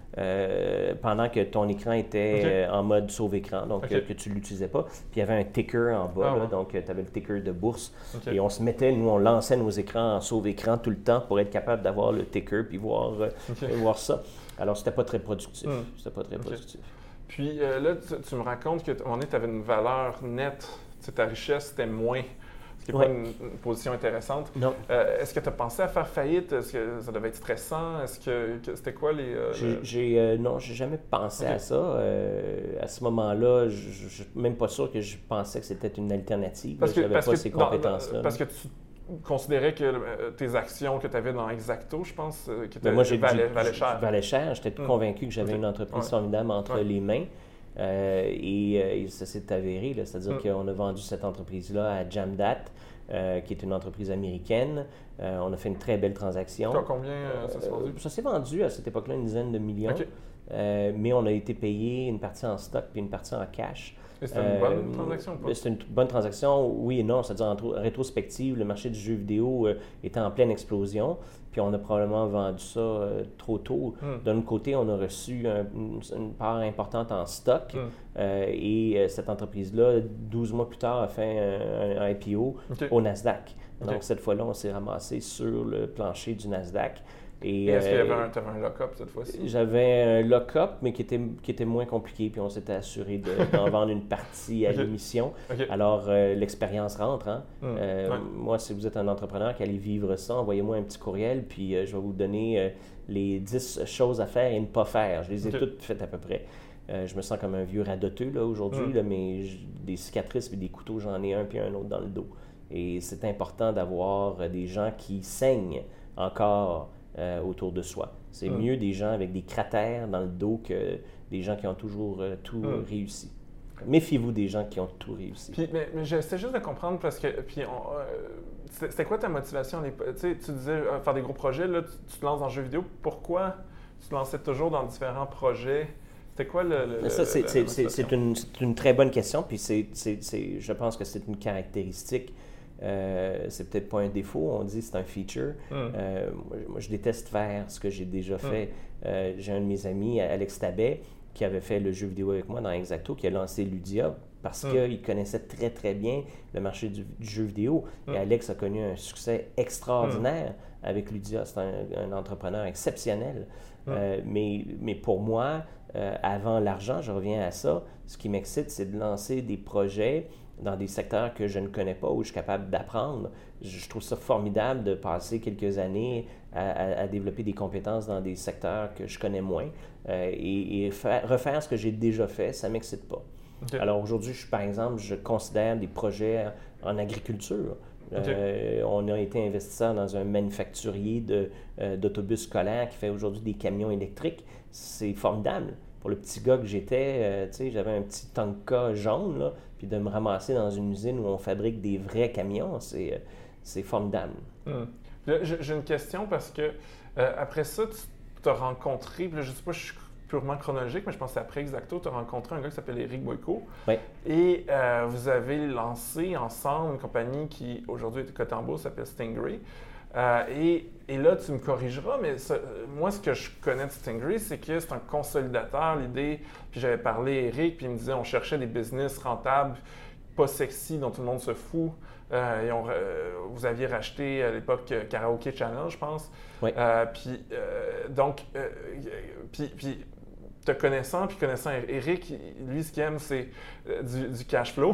B: euh, pendant que ton écran était
A: okay.
B: euh, en mode sauve-écran, donc okay. euh, que tu ne l'utilisais pas. Puis il y avait un ticker en bas, ah, là, ouais. donc tu avais le ticker de bourse. Okay. Et on se mettait, nous, on lançait nos écrans en sauve-écran tout le temps pour être capable d'avoir le ticker puis voir, euh, okay. voir ça. Alors, c'était pas très productif. Mm. C'était pas très okay. productif.
A: Puis euh, là, tu, tu me racontes que tu avais une valeur nette, ta richesse, c'était moins. Ce qui n'est ouais. pas une, une position intéressante.
B: Non.
A: Euh, est-ce que tu as pensé à faire faillite? Est-ce que ça devait être stressant? Est-ce que, que c'était quoi les... Euh,
B: j'ai,
A: le...
B: j'ai, euh, non, j'ai jamais pensé okay. à ça. Euh, à ce moment-là, je ne suis même pas sûr que je pensais que c'était une alternative.
A: Parce que,
B: je n'avais
A: parce
B: pas
A: que,
B: ces compétences-là.
A: Dans, parce que tu considérais que euh, tes actions que tu avais dans Exacto, je pense, euh, qui
B: ben moi, j'ai,
A: valaient,
B: j'ai,
A: valaient cher.
B: Valaient cher. J'étais mmh. convaincu que j'avais okay. une entreprise ouais. formidable entre ouais. les mains. Euh, et, euh, et ça s'est avéré. Là, c'est-à-dire mmh. qu'on a vendu cette entreprise-là à Jamdat, euh, qui est une entreprise américaine. Euh, on a fait une très belle transaction.
A: Toi, combien euh, ça s'est vendu?
B: Euh, ça s'est vendu à cette époque-là une dizaine de millions.
A: Okay.
B: Euh, mais on a été payé une partie en stock puis une partie en cash.
A: Et c'était une bonne euh, transaction ou pas?
B: C'était une bonne transaction, oui et non. C'est-à-dire, en rétrospective, le marché du jeu vidéo euh, était en pleine explosion. Puis on a probablement vendu ça euh, trop tôt. Mm. D'un autre côté, on a reçu un, une, une part importante en stock. Mm. Euh, et euh, cette entreprise-là, douze mois plus tard, a fait un, un I P O okay. au Nasdaq. Donc okay. cette fois-là, on s'est ramassé sur le plancher du Nasdaq.
A: Et, et est-ce euh, qu'il y avait un, t'avais un lock-up cette fois-ci?
B: J'avais un lock-up, mais qui était, qui était moins compliqué, puis on s'était assuré de, d'en vendre une partie à okay. l'émission. Okay. Alors, euh, l'expérience rentre. Hein? Mm. Euh, ouais. Moi, si vous êtes un entrepreneur qui allait vivre ça, envoyez-moi un petit courriel, puis euh, je vais vous donner euh, les dix choses à faire et ne pas faire. Je les ai okay. toutes faites à peu près. Euh, je me sens comme un vieux radoteux là, aujourd'hui, mm. là, mais j- des cicatrices et des couteaux, j'en ai un puis un autre dans le dos. Et c'est important d'avoir euh, des gens qui saignent encore Euh, autour de soi. C'est mm. mieux des gens avec des cratères dans le dos que des gens qui ont toujours euh, tout mm. réussi. Méfiez-vous des gens qui ont tout réussi.
A: Puis, mais, mais j'essaie juste de comprendre parce que puis on, euh, c'était, c'était quoi ta motivation? Tu sais, tu disais euh, faire des gros projets, là, tu, tu te lances dans le jeu vidéo. Pourquoi tu te lançais toujours dans différents projets? C'était quoi le... le
B: ça, c'est,
A: le,
B: c'est, c'est, c'est, une, c'est une très bonne question. Puis c'est, c'est, c'est, je pense que c'est une caractéristique. Euh, c'est peut-être pas un défaut, on dit c'est un feature. Mm. Euh, moi, moi, je déteste faire ce que j'ai déjà fait. Mm. Euh, j'ai un de mes amis, Alex Tabet, qui avait fait le jeu vidéo avec moi dans Exacto, qui a lancé Ludia parce mm. qu'il connaissait très très bien le marché du, du jeu vidéo. Mm. Et Alex a connu un succès extraordinaire mm. avec Ludia. C'est un, un entrepreneur exceptionnel. Mm. Euh, mais, mais pour moi, euh, avant l'argent, je reviens à ça, ce qui m'excite, c'est de lancer des projets dans des secteurs que je ne connais pas, où je suis capable d'apprendre. Je trouve ça formidable de passer quelques années à, à, à développer des compétences dans des secteurs que je connais moins euh, et, et faire, refaire ce que j'ai déjà fait, ça ne m'excite pas. Okay. Alors aujourd'hui, je, par exemple, je considère des projets en agriculture. Okay. Euh, on a été investisseur dans un manufacturier de, euh, d'autobus scolaires qui fait aujourd'hui des camions électriques. C'est formidable. Pour le petit gars que j'étais, euh, tu sais, j'avais un petit Tonka jaune, là, puis de me ramasser dans une usine où on fabrique des vrais camions, c'est, euh, c'est formidable.
A: Hum. Là, j'ai une question parce que euh, après ça, tu t'as rencontré, je ne sais pas, je suis purement chronologique, mais je pense que c'est après Exacto, tu as rencontré un gars qui s'appelle Éric Boyko.
B: Oui.
A: Et euh, vous avez lancé ensemble une compagnie qui aujourd'hui est cotée en bourse, s'appelle Stingray. Euh, et, et là, tu me corrigeras, mais ça, moi, ce que je connais de Stingray, c'est que c'est un consolidateur, l'idée. Puis j'avais parlé à Eric, puis il me disait on cherchait des business rentables, pas sexy, dont tout le monde se fout. Euh, et on, euh, vous aviez racheté à l'époque Karaoke Channel, je pense.
B: Oui.
A: Euh, puis, euh, donc, euh, puis, puis te connaissant, puis connaissant Eric, lui, ce qu'il aime, c'est euh, du, du cash flow.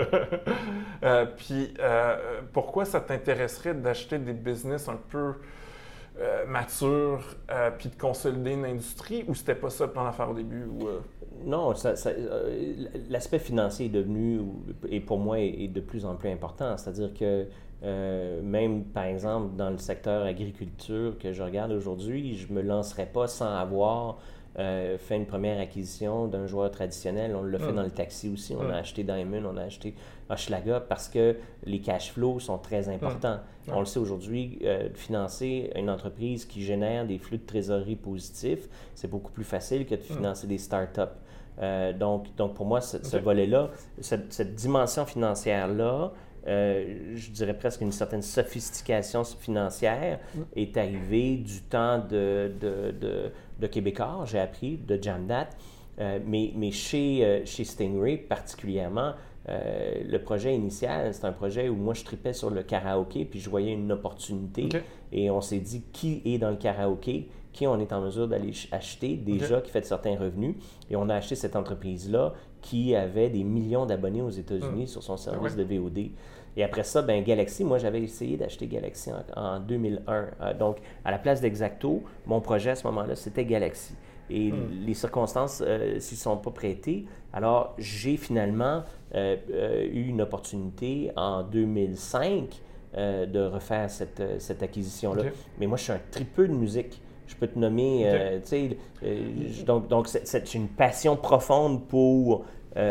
A: euh, puis, euh, pourquoi ça t'intéresserait d'acheter des business un peu euh, matures, euh, puis de consolider une industrie, ou c'était pas ça le plan d'affaires au début? Ou, euh...
B: Non, ça, ça, euh, l'aspect financier est devenu, et pour moi, est, est de plus en plus important. C'est-à-dire que euh, même, par exemple, dans le secteur agriculture que je regarde aujourd'hui, je ne me lancerais pas sans avoir Euh, fait une première acquisition d'un joueur traditionnel. On l'a fait mm. dans le taxi aussi. On mm. a acheté Diamond, on a acheté Hochelaga parce que les cash flows sont très importants. Mm. On le sait aujourd'hui, euh, financer une entreprise qui génère des flux de trésorerie positifs, c'est beaucoup plus facile que de financer mm. des startups. Euh, donc, donc, pour moi, ce, okay. ce volet-là, cette, cette dimension financière-là euh, je dirais presque une certaine sophistication financière mm. est arrivée du temps de, de, de, de Québécois, j'ai appris, de Jamdat. Euh, mais mais chez, euh, chez Stingray particulièrement, euh, le projet initial, c'est un projet où moi je tripais sur le karaoké, puis je voyais une opportunité. Okay. Et on s'est dit, qui est dans le karaoké? Qui on est en mesure d'aller acheter déjà, okay. qui fait de certains revenus. Et on a acheté cette entreprise-là qui avait des millions d'abonnés aux États-Unis mm. sur son service ouais. de V O D. Et après ça, ben Galaxy, moi j'avais essayé d'acheter Galaxy en, en deux mille un. Euh, donc, à la place d'Exacto, mon projet à ce moment-là, c'était Galaxy. Et mm. les circonstances euh, s'y sont pas prêtées. Alors, j'ai finalement euh, euh, eu une opportunité en deux mille cinq euh, de refaire cette, cette acquisition-là. Okay. Mais moi, je suis un tripeux de musique. Je peux te nommer, okay. euh, tu sais, euh, donc, donc c'est, c'est une passion profonde pour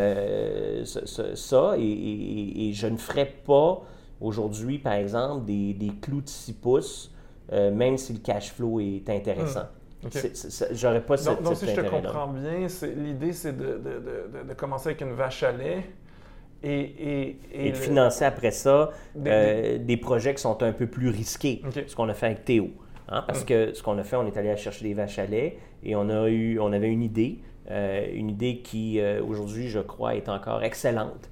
B: euh, ce, ce, ça. Et, et, et je ne ferais pas aujourd'hui, par exemple, des, des clous de six pouces, euh, même si le cash flow est intéressant. Mm. Okay. C'est, c'est, j'aurais pas
A: donc,
B: cette,
A: donc
B: cet
A: si je te comprends bien, c'est, l'idée, c'est de, de, de, de commencer avec une vache à lait et... Et, et,
B: et de
A: le...
B: financer après ça des, euh, des projets qui sont un peu plus risqués, okay. ce qu'on a fait avec Théo. Hein, parce mm. que ce qu'on a fait, on est allé à chercher des vaches à lait et on, a eu, on avait une idée, euh, une idée qui, euh, aujourd'hui, je crois, est encore excellente.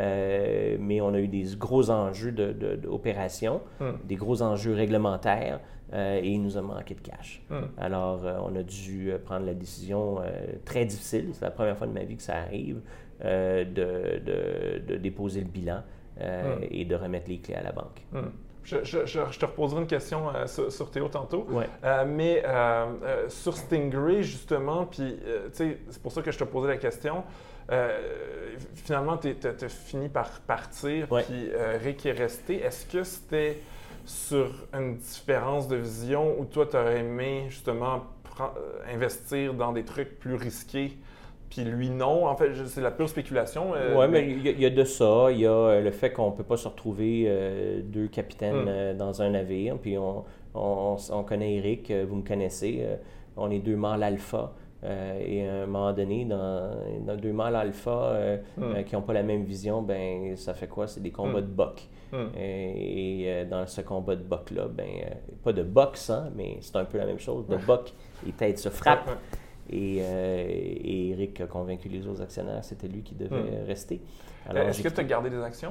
B: Euh, mais on a eu des gros enjeux de, de, d'opération, mm. des gros enjeux réglementaires. Euh, et il nous a manqué de cash. Mm. Alors, euh, on a dû prendre la décision euh, très difficile, c'est la première fois de ma vie que ça arrive, euh, de, de, de déposer le bilan euh, mm. et de remettre les clés à la banque.
A: Mm. Je, je, je, je te reposerai une question euh, sur, sur Théo tantôt,
B: ouais.
A: euh, mais euh, euh, sur Stingray, justement, puis euh, tu sais, c'est pour ça que je te posais la question. Euh, finalement, tu as fini par partir,
B: ouais.
A: puis euh, Rick est resté. Est-ce que c'était sur une différence de vision où toi, tu aurais aimé justement prend, euh, investir dans des trucs plus risqués, puis lui non? En fait, c'est la pure spéculation.
B: Euh, oui, mais il y, y a de ça. Il y a le fait qu'on ne peut pas se retrouver euh, deux capitaines mm. euh, dans un navire. Puis on, on, on connaît Eric, vous me connaissez. Euh, on est deux mâles alpha. Euh, et à un moment donné, dans, dans deux mâles alpha euh, mm. euh, qui n'ont pas la même vision, ben ça fait quoi? C'est des combats mm. de bocs. Mm. Et, et euh, dans ce combat de bocs-là, ben euh, pas de boxe, hein, mais c'est un peu la même chose. De bocs, les têtes se frappent. Et, euh, et Eric a convaincu les autres actionnaires, c'était lui qui devait mm. rester.
A: Alors, Est-ce que tu as gardé des actions?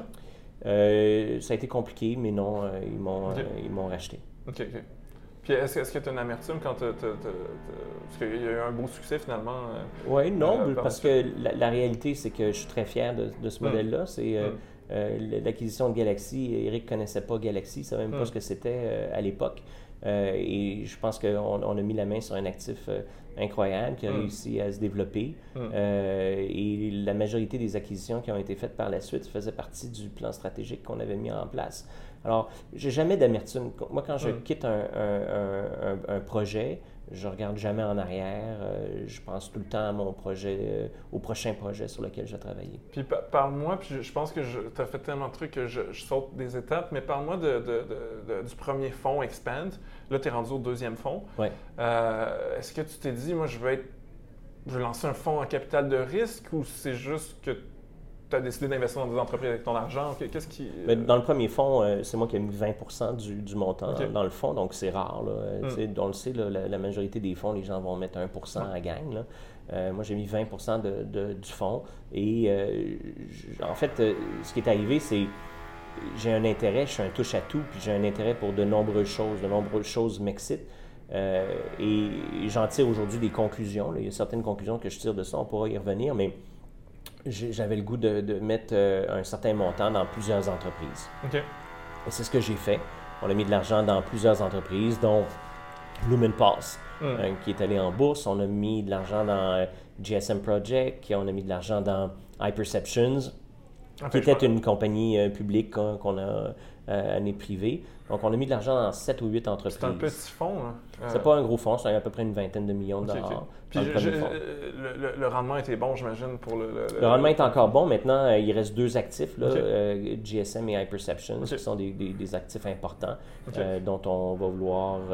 B: Euh, ça a été compliqué, mais non, euh, ils, m'ont, okay. euh, ils m'ont racheté.
A: OK, OK. Puis est-ce, est-ce que tu as une amertume quand tu as... Parce qu'il y a eu un beau succès finalement? Euh,
B: oui, non, euh, parce que la, la réalité, c'est que je suis très fier de, de ce mm. modèle-là. C'est euh, mm. euh, l'acquisition de Galaxy. Eric ne connaissait pas Galaxy, il ne savait même mm. pas ce que c'était euh, à l'époque. Euh, et je pense qu'on on a mis la main sur un actif euh, incroyable qui a mm. réussi à se développer. Mm. Euh, et la majorité des acquisitions qui ont été faites par la suite faisaient partie du plan stratégique qu'on avait mis en place. Alors, j'ai jamais d'amertume. Moi, quand je mm. quitte un, un, un, un projet, je regarde jamais en arrière. Euh, je pense tout le temps à mon projet, euh, au prochain projet sur lequel je vais travailler.
A: Puis parle-moi, puis je, je pense que tu as fait tellement de trucs que je, je saute des étapes, mais parle-moi de, de, de, de, du premier fonds Expand. Là, tu es rendu au deuxième fonds.
B: Ouais.
A: Euh, est-ce que tu t'es dit, moi, je veux être, je veux lancer un fonds en capital de risque ou c'est juste que tu as décidé d'investir dans des entreprises avec ton argent? Qu'est-ce qui...
B: Mais dans le premier fonds, euh, c'est moi qui ai mis vingt pour cent du, du montant okay. dans le fonds, donc c'est rare. Là. Mm. On le sait, là, la, la majorité des fonds, les gens vont mettre un pour cent à gagne. Là. Euh, moi, j'ai mis vingt pour cent de, de, du fonds. Et euh, j- en fait, euh, ce qui est arrivé, c'est j'ai un intérêt, je suis un touche-à-tout, puis j'ai un intérêt pour de nombreuses choses. De nombreuses choses m'excitent. Euh, et j'en tire aujourd'hui des conclusions. Là. Il y a certaines conclusions que je tire de ça, on pourra y revenir, mais j'avais le goût de, de mettre euh, un certain montant dans plusieurs entreprises.
A: Okay.
B: Et c'est ce que j'ai fait. On a mis de l'argent dans plusieurs entreprises, dont Lumenpulse, mm. euh, qui est allé en bourse. On a mis de l'argent dans euh, G S M Project, on a mis de l'argent dans iPerceptions, okay, qui était une compagnie euh, publique qu'on, qu'on a euh, année privée. Donc, on a mis de l'argent dans sept ou huit entreprises.
A: C'est un petit fonds, hein? Euh...
B: C'est pas un gros fonds, c'est à peu près une vingtaine de millions de dollars. Okay, okay.
A: Puis je, je, le, le, le rendement était bon, j'imagine, pour le... Le,
B: le rendement est encore bon. Maintenant, euh, il reste deux actifs, là, okay. euh, G S M et iPerceptions, okay. qui sont des, des, des actifs importants okay. euh, dont on va vouloir euh,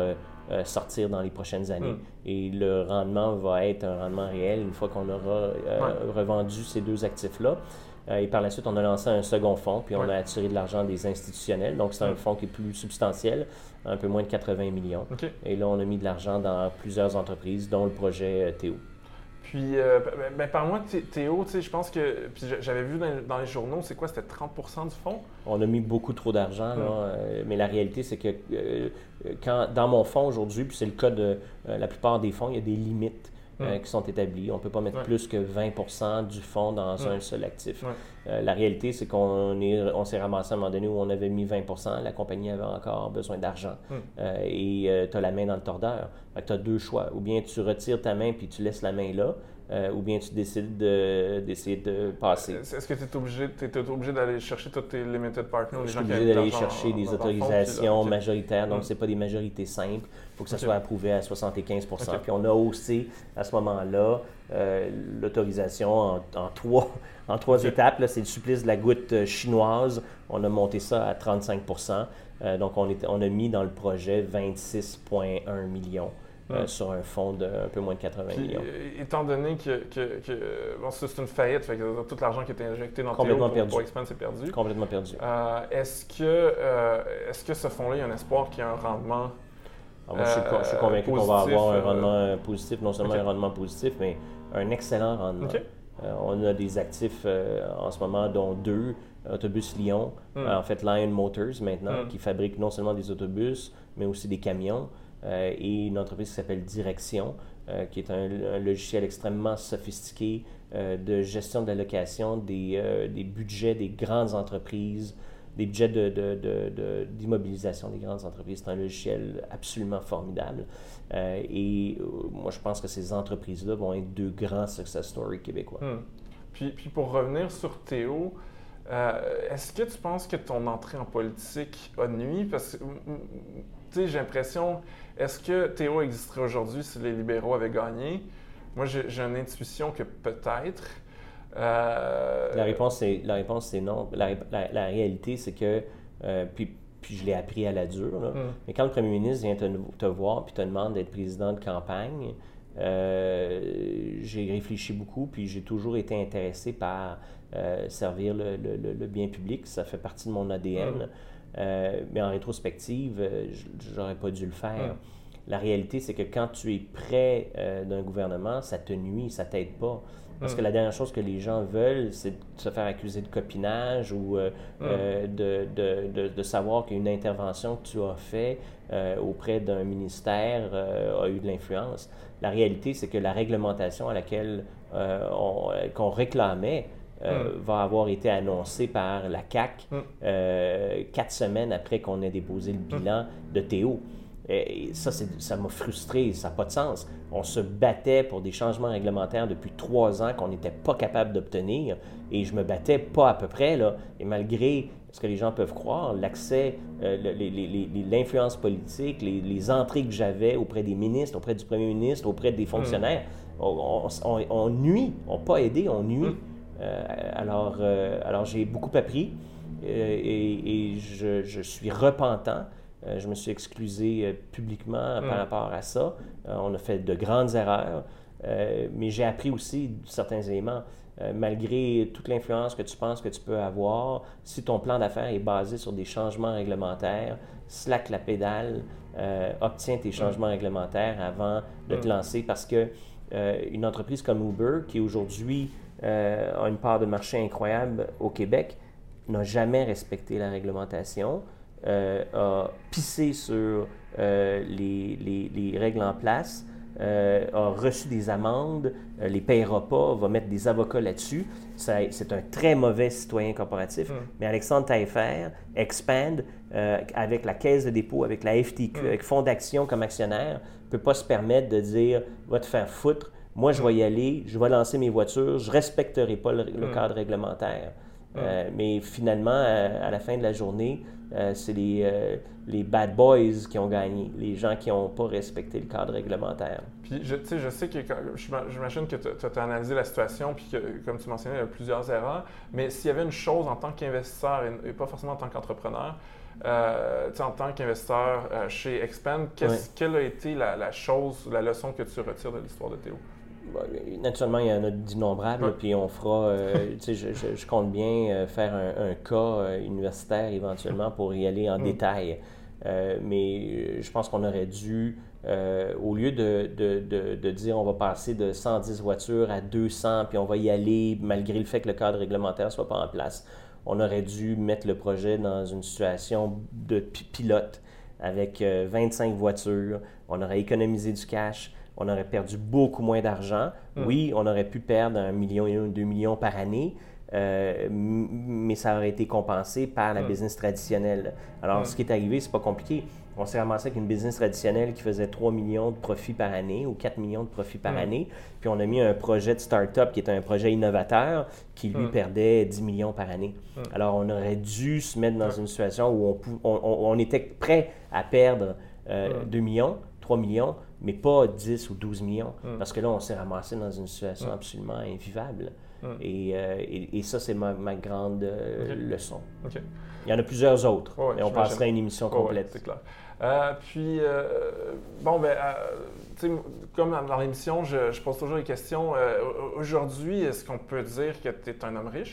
B: euh, sortir dans les prochaines années.
A: Mm.
B: Et le rendement va être un rendement réel une fois qu'on aura euh, ouais. revendu ces deux actifs-là. Euh, et par la suite, on a lancé un second fonds, puis on
A: ouais.
B: a attiré de l'argent des institutionnels. Donc, c'est un fonds qui est plus substantiel, un peu moins de quatre-vingts millions.
A: Okay.
B: Et là, on a mis de l'argent dans plusieurs entreprises, dont le projet euh, Théo.
A: Puis, euh, ben, ben, parle-moi de Théo, tu sais, je pense que, puis j'avais vu dans, dans les journaux, c'est quoi, c'était trente pour cent du fonds?
B: On a mis beaucoup trop d'argent,
A: mm.
B: là, euh, mais la réalité, c'est que euh, quand, dans mon fonds aujourd'hui, puis c'est le cas de euh, la plupart des fonds, il y a des limites euh, mm. qui sont établies. On ne peut pas mettre ouais. plus que vingt pour cent du fonds dans mm. un seul actif.
A: Ouais.
B: Euh, la réalité, c'est qu'on est, on s'est ramassé à un moment donné où on avait mis vingt pour cent, la compagnie avait encore besoin d'argent. Mm. Euh, et euh, tu as la main dans le tordeur. Tu as deux choix. Ou bien tu retires ta main puis tu laisses la main là, Euh, ou bien tu décides de, d'essayer de passer.
A: Est-ce que tu es obligé, obligé d'aller chercher tous tes limited partners?
B: Je suis obligé d'aller chercher des autorisations
A: fond,
B: majoritaires, donc
A: mm.
B: ce n'est pas des majorités simples. Il faut que ça
A: okay.
B: soit approuvé à soixante-quinze pour cent.
A: Okay.
B: Puis on a haussé à ce moment-là euh, l'autorisation en, en trois, en trois okay. étapes. Là, c'est le supplice de la goutte chinoise. On a monté ça à trente-cinq pour cent. Euh, donc on, est, on a mis dans le projet vingt-six virgule un millions. Euh, sur un fonds de un peu moins de quatre-vingts
A: Puis,
B: millions.
A: Étant donné que, que, que bon, c'est une faillite, fait que tout l'argent qui était injecté dans
B: Théo
A: pour,
B: perdu.
A: pour Expand, c'est perdu.
B: Complètement perdu.
A: Euh, est-ce, que, euh, est-ce que ce fonds-là, il y a un espoir qu'il y ait un rendement
B: Alors moi, je, suis, je suis convaincu
A: positif,
B: qu'on va avoir un
A: euh...
B: rendement positif, non seulement
A: okay.
B: un rendement positif, mais un excellent rendement.
A: Okay.
B: Euh, on a des actifs euh, en ce moment, dont deux, Autobus Lyon, mm. euh, en fait Lion Motors maintenant, mm. qui fabrique non seulement des autobus, mais aussi des camions. Euh, et une entreprise qui s'appelle Direction, euh, qui est un, un logiciel extrêmement sophistiqué euh, de gestion de la location des, euh, des budgets des grandes entreprises, des budgets de, de, de, de, d'immobilisation des grandes entreprises. C'est un logiciel absolument formidable. Euh, et euh, moi, je pense que ces entreprises-là vont être deux grands success stories québécois.
A: Hmm. Puis, puis pour revenir sur Théo, euh, est-ce que tu penses que ton entrée en politique a nuit? Parce que, tu sais, j'ai l'impression, est-ce que Théo existerait aujourd'hui si les libéraux avaient gagné? Moi, j'ai, j'ai une intuition que peut-être. Euh...
B: La réponse, c'est, la réponse, c'est non. La, la, la réalité, c'est que, euh, puis, puis je l'ai appris à la dure, là, mm. mais quand le premier ministre vient te, te voir et te demande d'être président de campagne, euh, j'ai réfléchi beaucoup, puis j'ai toujours été intéressé par euh, servir le, le, le bien public. Ça fait partie de mon A D N. Mm. Euh, mais en rétrospective, j'aurais pas dû le faire. Mm. La réalité, c'est que quand tu es près euh, d'un gouvernement, ça te nuit, ça t'aide pas. Parce mm. que la dernière chose que les gens veulent, c'est de se faire accuser de copinage ou euh, mm. euh, de, de, de, de savoir qu'une intervention que tu as faite euh, auprès d'un ministère euh, a eu de l'influence. La réalité, c'est que la réglementation à laquelle euh, on, qu'on réclamait Euh, mm. va avoir été annoncé par la C A Q mm. euh, quatre semaines après qu'on ait déposé le bilan mm. de Théo. Et ça, c'est, ça m'a frustré, ça n'a pas de sens. On se battait pour des changements réglementaires depuis trois ans qu'on n'était pas capable d'obtenir et je me battais pas à peu près, là. Et malgré ce que les gens peuvent croire, l'accès, euh, les, les, les, l'influence politique, les, les entrées que j'avais auprès des ministres, auprès du premier ministre, auprès des fonctionnaires, mm. on, on, on, on nuit, on n'a pas aidé, on nuit. Mm. Euh, alors, euh, alors, j'ai beaucoup appris euh, et, et je, je suis repentant. Euh, je me suis excusé euh, publiquement mm. par rapport à ça. Euh, on a fait de grandes erreurs, euh, mais j'ai appris aussi certains éléments. Euh, malgré toute l'influence que tu penses que tu peux avoir, si ton plan d'affaires est basé sur des changements réglementaires, slack la pédale, euh, obtiens tes changements mm. réglementaires avant de mm. te lancer parce que euh, une entreprise comme Uber, qui aujourd'hui Euh, a une part de marché incroyable au Québec, n'a jamais respecté la réglementation, euh, a pissé sur euh, les, les, les règles en place, euh, a reçu des amendes, euh, les paiera pas, va mettre des avocats là-dessus. Ça, c'est un très mauvais citoyen corporatif. Mm. Mais Alexandre Taillefer, Expand, euh, avec la Caisse de dépôt, avec la F T Q, mm. avec Fonds d'action comme actionnaire, ne peut pas se permettre de dire « va te faire foutre ». Moi, je vais y aller, je vais lancer mes voitures, je ne respecterai pas le, le cadre réglementaire. Mm. Euh, mais finalement, à, à la fin de la journée, euh, c'est les, euh, les bad boys qui ont gagné, les gens qui n'ont pas respecté le cadre réglementaire.
A: Puis, je, je sais que, j'imagine que tu as analysé la situation, puis que, comme tu mentionnais, il y a plusieurs erreurs, mais s'il y avait une chose en tant qu'investisseur et, et pas forcément en tant qu'entrepreneur, euh, en tant qu'investisseur euh, chez Expand, qu'est-ce, ouais. quelle a été la, la chose, la leçon que tu retires de l'histoire de Théo?
B: Naturellement, il y en a d'innombrables, ouais. Puis on fera, euh, tu sais, je, je, je compte bien euh, faire un, un cas euh, universitaire éventuellement pour y aller en mm. détail. Euh, mais je pense qu'on aurait dû, euh, au lieu de, de, de, de dire on va passer de cent dix voitures à deux cents, puis on va y aller malgré le fait que le cadre réglementaire ne soit pas en place, on aurait dû mettre le projet dans une situation de pilote avec euh, vingt-cinq voitures, on aurait économisé du cash. On aurait perdu beaucoup moins d'argent. Mm. Oui, on aurait pu perdre un million et deux millions par année, euh, mais ça aurait été compensé par la mm. business traditionnelle. Alors, mm. ce qui est arrivé, c'est pas compliqué. On s'est ramassé avec une business traditionnelle qui faisait trois millions de profits par année ou quatre millions de profits par mm. année. Puis on a mis un projet de start-up qui est un projet innovateur qui, lui, mm. perdait dix millions par année. Mm. Alors, on aurait dû se mettre dans mm. une situation où on, on, on était prêt à perdre euh, mm. deux millions, trois millions, mais pas dix ou douze millions, mm. parce que là, on s'est ramassé dans une situation mm. absolument invivable. Mm. Et, euh, et, et ça, c'est ma, ma grande euh, okay. leçon. Okay. Il y en a plusieurs autres, oh, ouais, mais on passerait à une émission complète.
A: Oh, ouais, c'est clair. Euh, puis, euh, bon, ben, euh, tu sais, comme dans l'émission, je, je pose toujours les questions. Euh, aujourd'hui, est-ce qu'on peut dire que tu es un homme riche?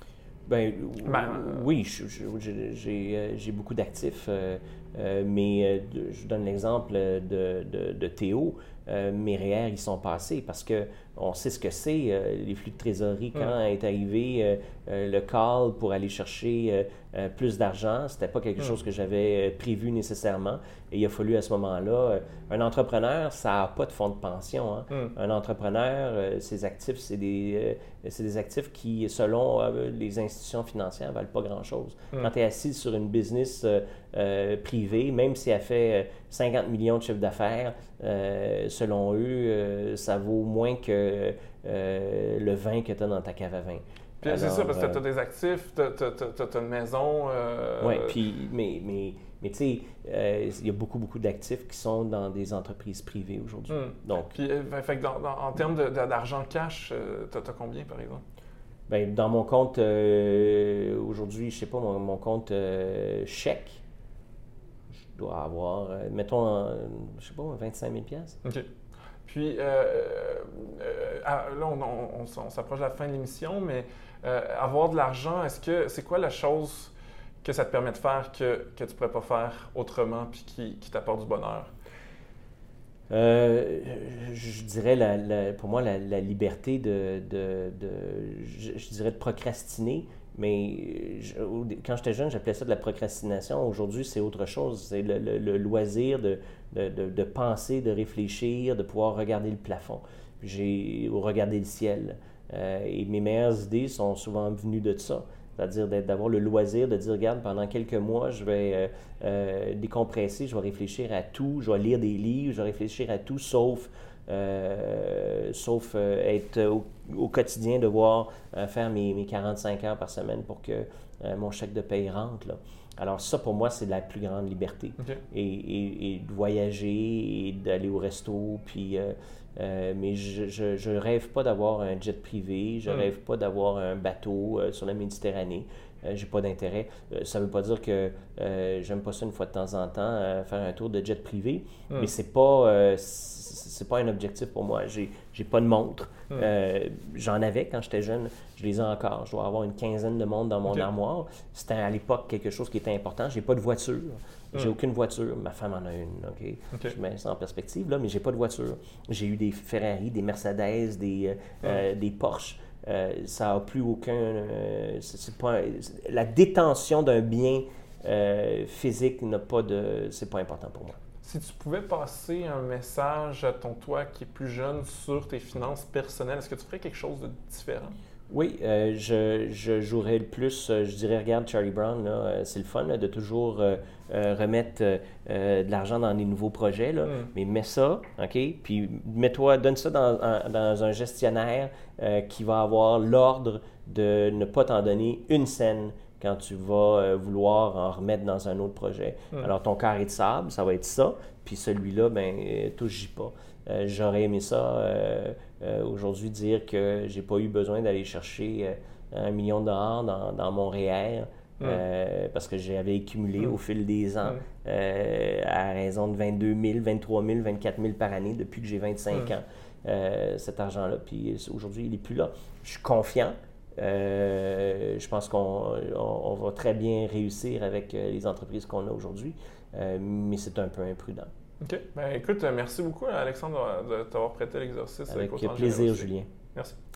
B: Ben, ben oui, je, je, j'ai, euh, j'ai beaucoup d'actifs, euh, euh, mais euh, je donne l'exemple de, de, de Théo. Euh, mes R E E R, ils sont passés parce qu'on sait ce que c'est, euh, les flux de trésorerie. Quand mm. est arrivé euh, euh, le call pour aller chercher euh, euh, plus d'argent, c'était pas quelque mm. chose que j'avais prévu nécessairement. Et il a fallu à ce moment-là, euh, un entrepreneur, ça n'a pas de fonds de pension. Hein. Mm. Un entrepreneur, euh, ses actifs, c'est des, euh, c'est des actifs qui, selon euh, les institutions financières, ne valent pas grand-chose. Mm. Quand tu es assis sur une business euh, euh, privée, même si elle fait cinquante millions de chiffre d'affaires, euh, selon eux, euh, ça vaut moins que euh, le vin que tu as dans ta cave à vin.
A: Puis c'est ça, parce que tu as des actifs, tu as une maison. Euh...
B: Oui, puis, mais, mais, mais tu sais, euh, il y a beaucoup, beaucoup d'actifs qui sont dans des entreprises privées aujourd'hui.
A: Hum. Donc, puis, fait que dans, dans, en termes de, de, d'argent cash, euh, tu as combien, par exemple?
B: Bien, dans mon compte, euh, aujourd'hui, je ne sais pas, mon, mon compte euh, chèque, je dois avoir, euh, mettons, euh, je ne sais pas, vingt-cinq mille dollars.
A: OK. Puis, euh, euh, là, on, on, on, on s'approche de la fin de l'émission, mais euh, avoir de l'argent, est-ce que c'est quoi la chose que ça te permet de faire que, que tu ne pourrais pas faire autrement puis qui, qui t'apporte du bonheur?
B: Euh, je dirais, la, la, pour moi, la, la liberté de, de, de je, je dirais de procrastiner, mais je, quand j'étais jeune, j'appelais ça de la procrastination. Aujourd'hui, c'est autre chose. C'est le, le, le loisir de, de, de, de penser, de réfléchir, de pouvoir regarder le plafond, j'ai, ou regarder le ciel. Euh, et mes meilleures idées sont souvent venues de ça. C'est-à-dire d'avoir le loisir de dire, regarde, pendant quelques mois, je vais euh, euh, décompresser, je vais réfléchir à tout, je vais lire des livres, je vais réfléchir à tout, sauf, euh, sauf euh, être au, au quotidien, devoir euh, faire mes, mes quarante-cinq heures par semaine pour que euh, mon chèque de paye rentre, là. Alors ça, pour moi, c'est la plus grande liberté. Okay. Et, et, et de voyager, et d'aller au resto, puis... Euh, Euh, mais je, je, rêve pas d'avoir un jet privé, je mm. rêve pas d'avoir un bateau euh, sur la Méditerranée, euh, j'ai pas d'intérêt. Euh, ça veut pas dire que euh, j'aime pas ça une fois de temps en temps, euh, faire un tour de jet privé, mm. mais c'est pas, euh, c'est pas un objectif pour moi. J'ai, j'ai pas de montre. Mm. Euh, j'en avais quand j'étais jeune, je les ai encore. Je dois avoir une quinzaine de montres dans mon okay. armoire. C'était à l'époque quelque chose qui était important. J'ai pas de voiture. J'ai mm. aucune voiture. Ma femme en a une, OK? Okay. Je mets ça en perspective, là, mais j'ai pas de voiture. J'ai eu des Ferrari, des Mercedes, des, euh, mm. euh, des Porsche. Euh, ça n'a plus aucun... Euh, c'est, c'est pas, la détention d'un bien euh, physique n'a pas de... C'est pas important pour moi.
A: Si tu pouvais passer un message à ton toi qui est plus jeune sur tes finances personnelles, est-ce que tu ferais quelque chose de différent?
B: Oui, euh, je, je jouerais le plus, euh, je dirais, regarde Charlie Brown, là, euh, c'est le fun là, de toujours euh, euh, remettre euh, de l'argent dans des nouveaux projets, là, mm. mais mets ça, OK, puis mets-toi, donne ça dans, en, dans un gestionnaire euh, qui va avoir l'ordre de ne pas t'en donner une scène quand tu vas euh, vouloir en remettre dans un autre projet. Mm. Alors, ton carré de sable, ça va être ça, puis celui-là, ben euh, touche-y pas. Euh, j'aurais aimé ça euh, euh, aujourd'hui dire que j'ai pas eu besoin d'aller chercher euh, un million de dollars dans, dans mon R E E R mm. euh, parce que j'avais accumulé mm. au fil des ans mm. euh, à raison de vingt-deux mille, vingt-trois mille, vingt-quatre mille par année depuis que j'ai vingt-cinq mm. ans, euh, cet argent-là. Puis aujourd'hui, il n'est plus là. Je suis confiant. Euh, je pense qu'on on, on va très bien réussir avec les entreprises qu'on a aujourd'hui, euh, mais c'est un peu imprudent.
A: OK. Ben, écoute, merci beaucoup, Alexandre, de t'avoir prêté l'exercice.
B: Avec plaisir, Julien.
A: Merci.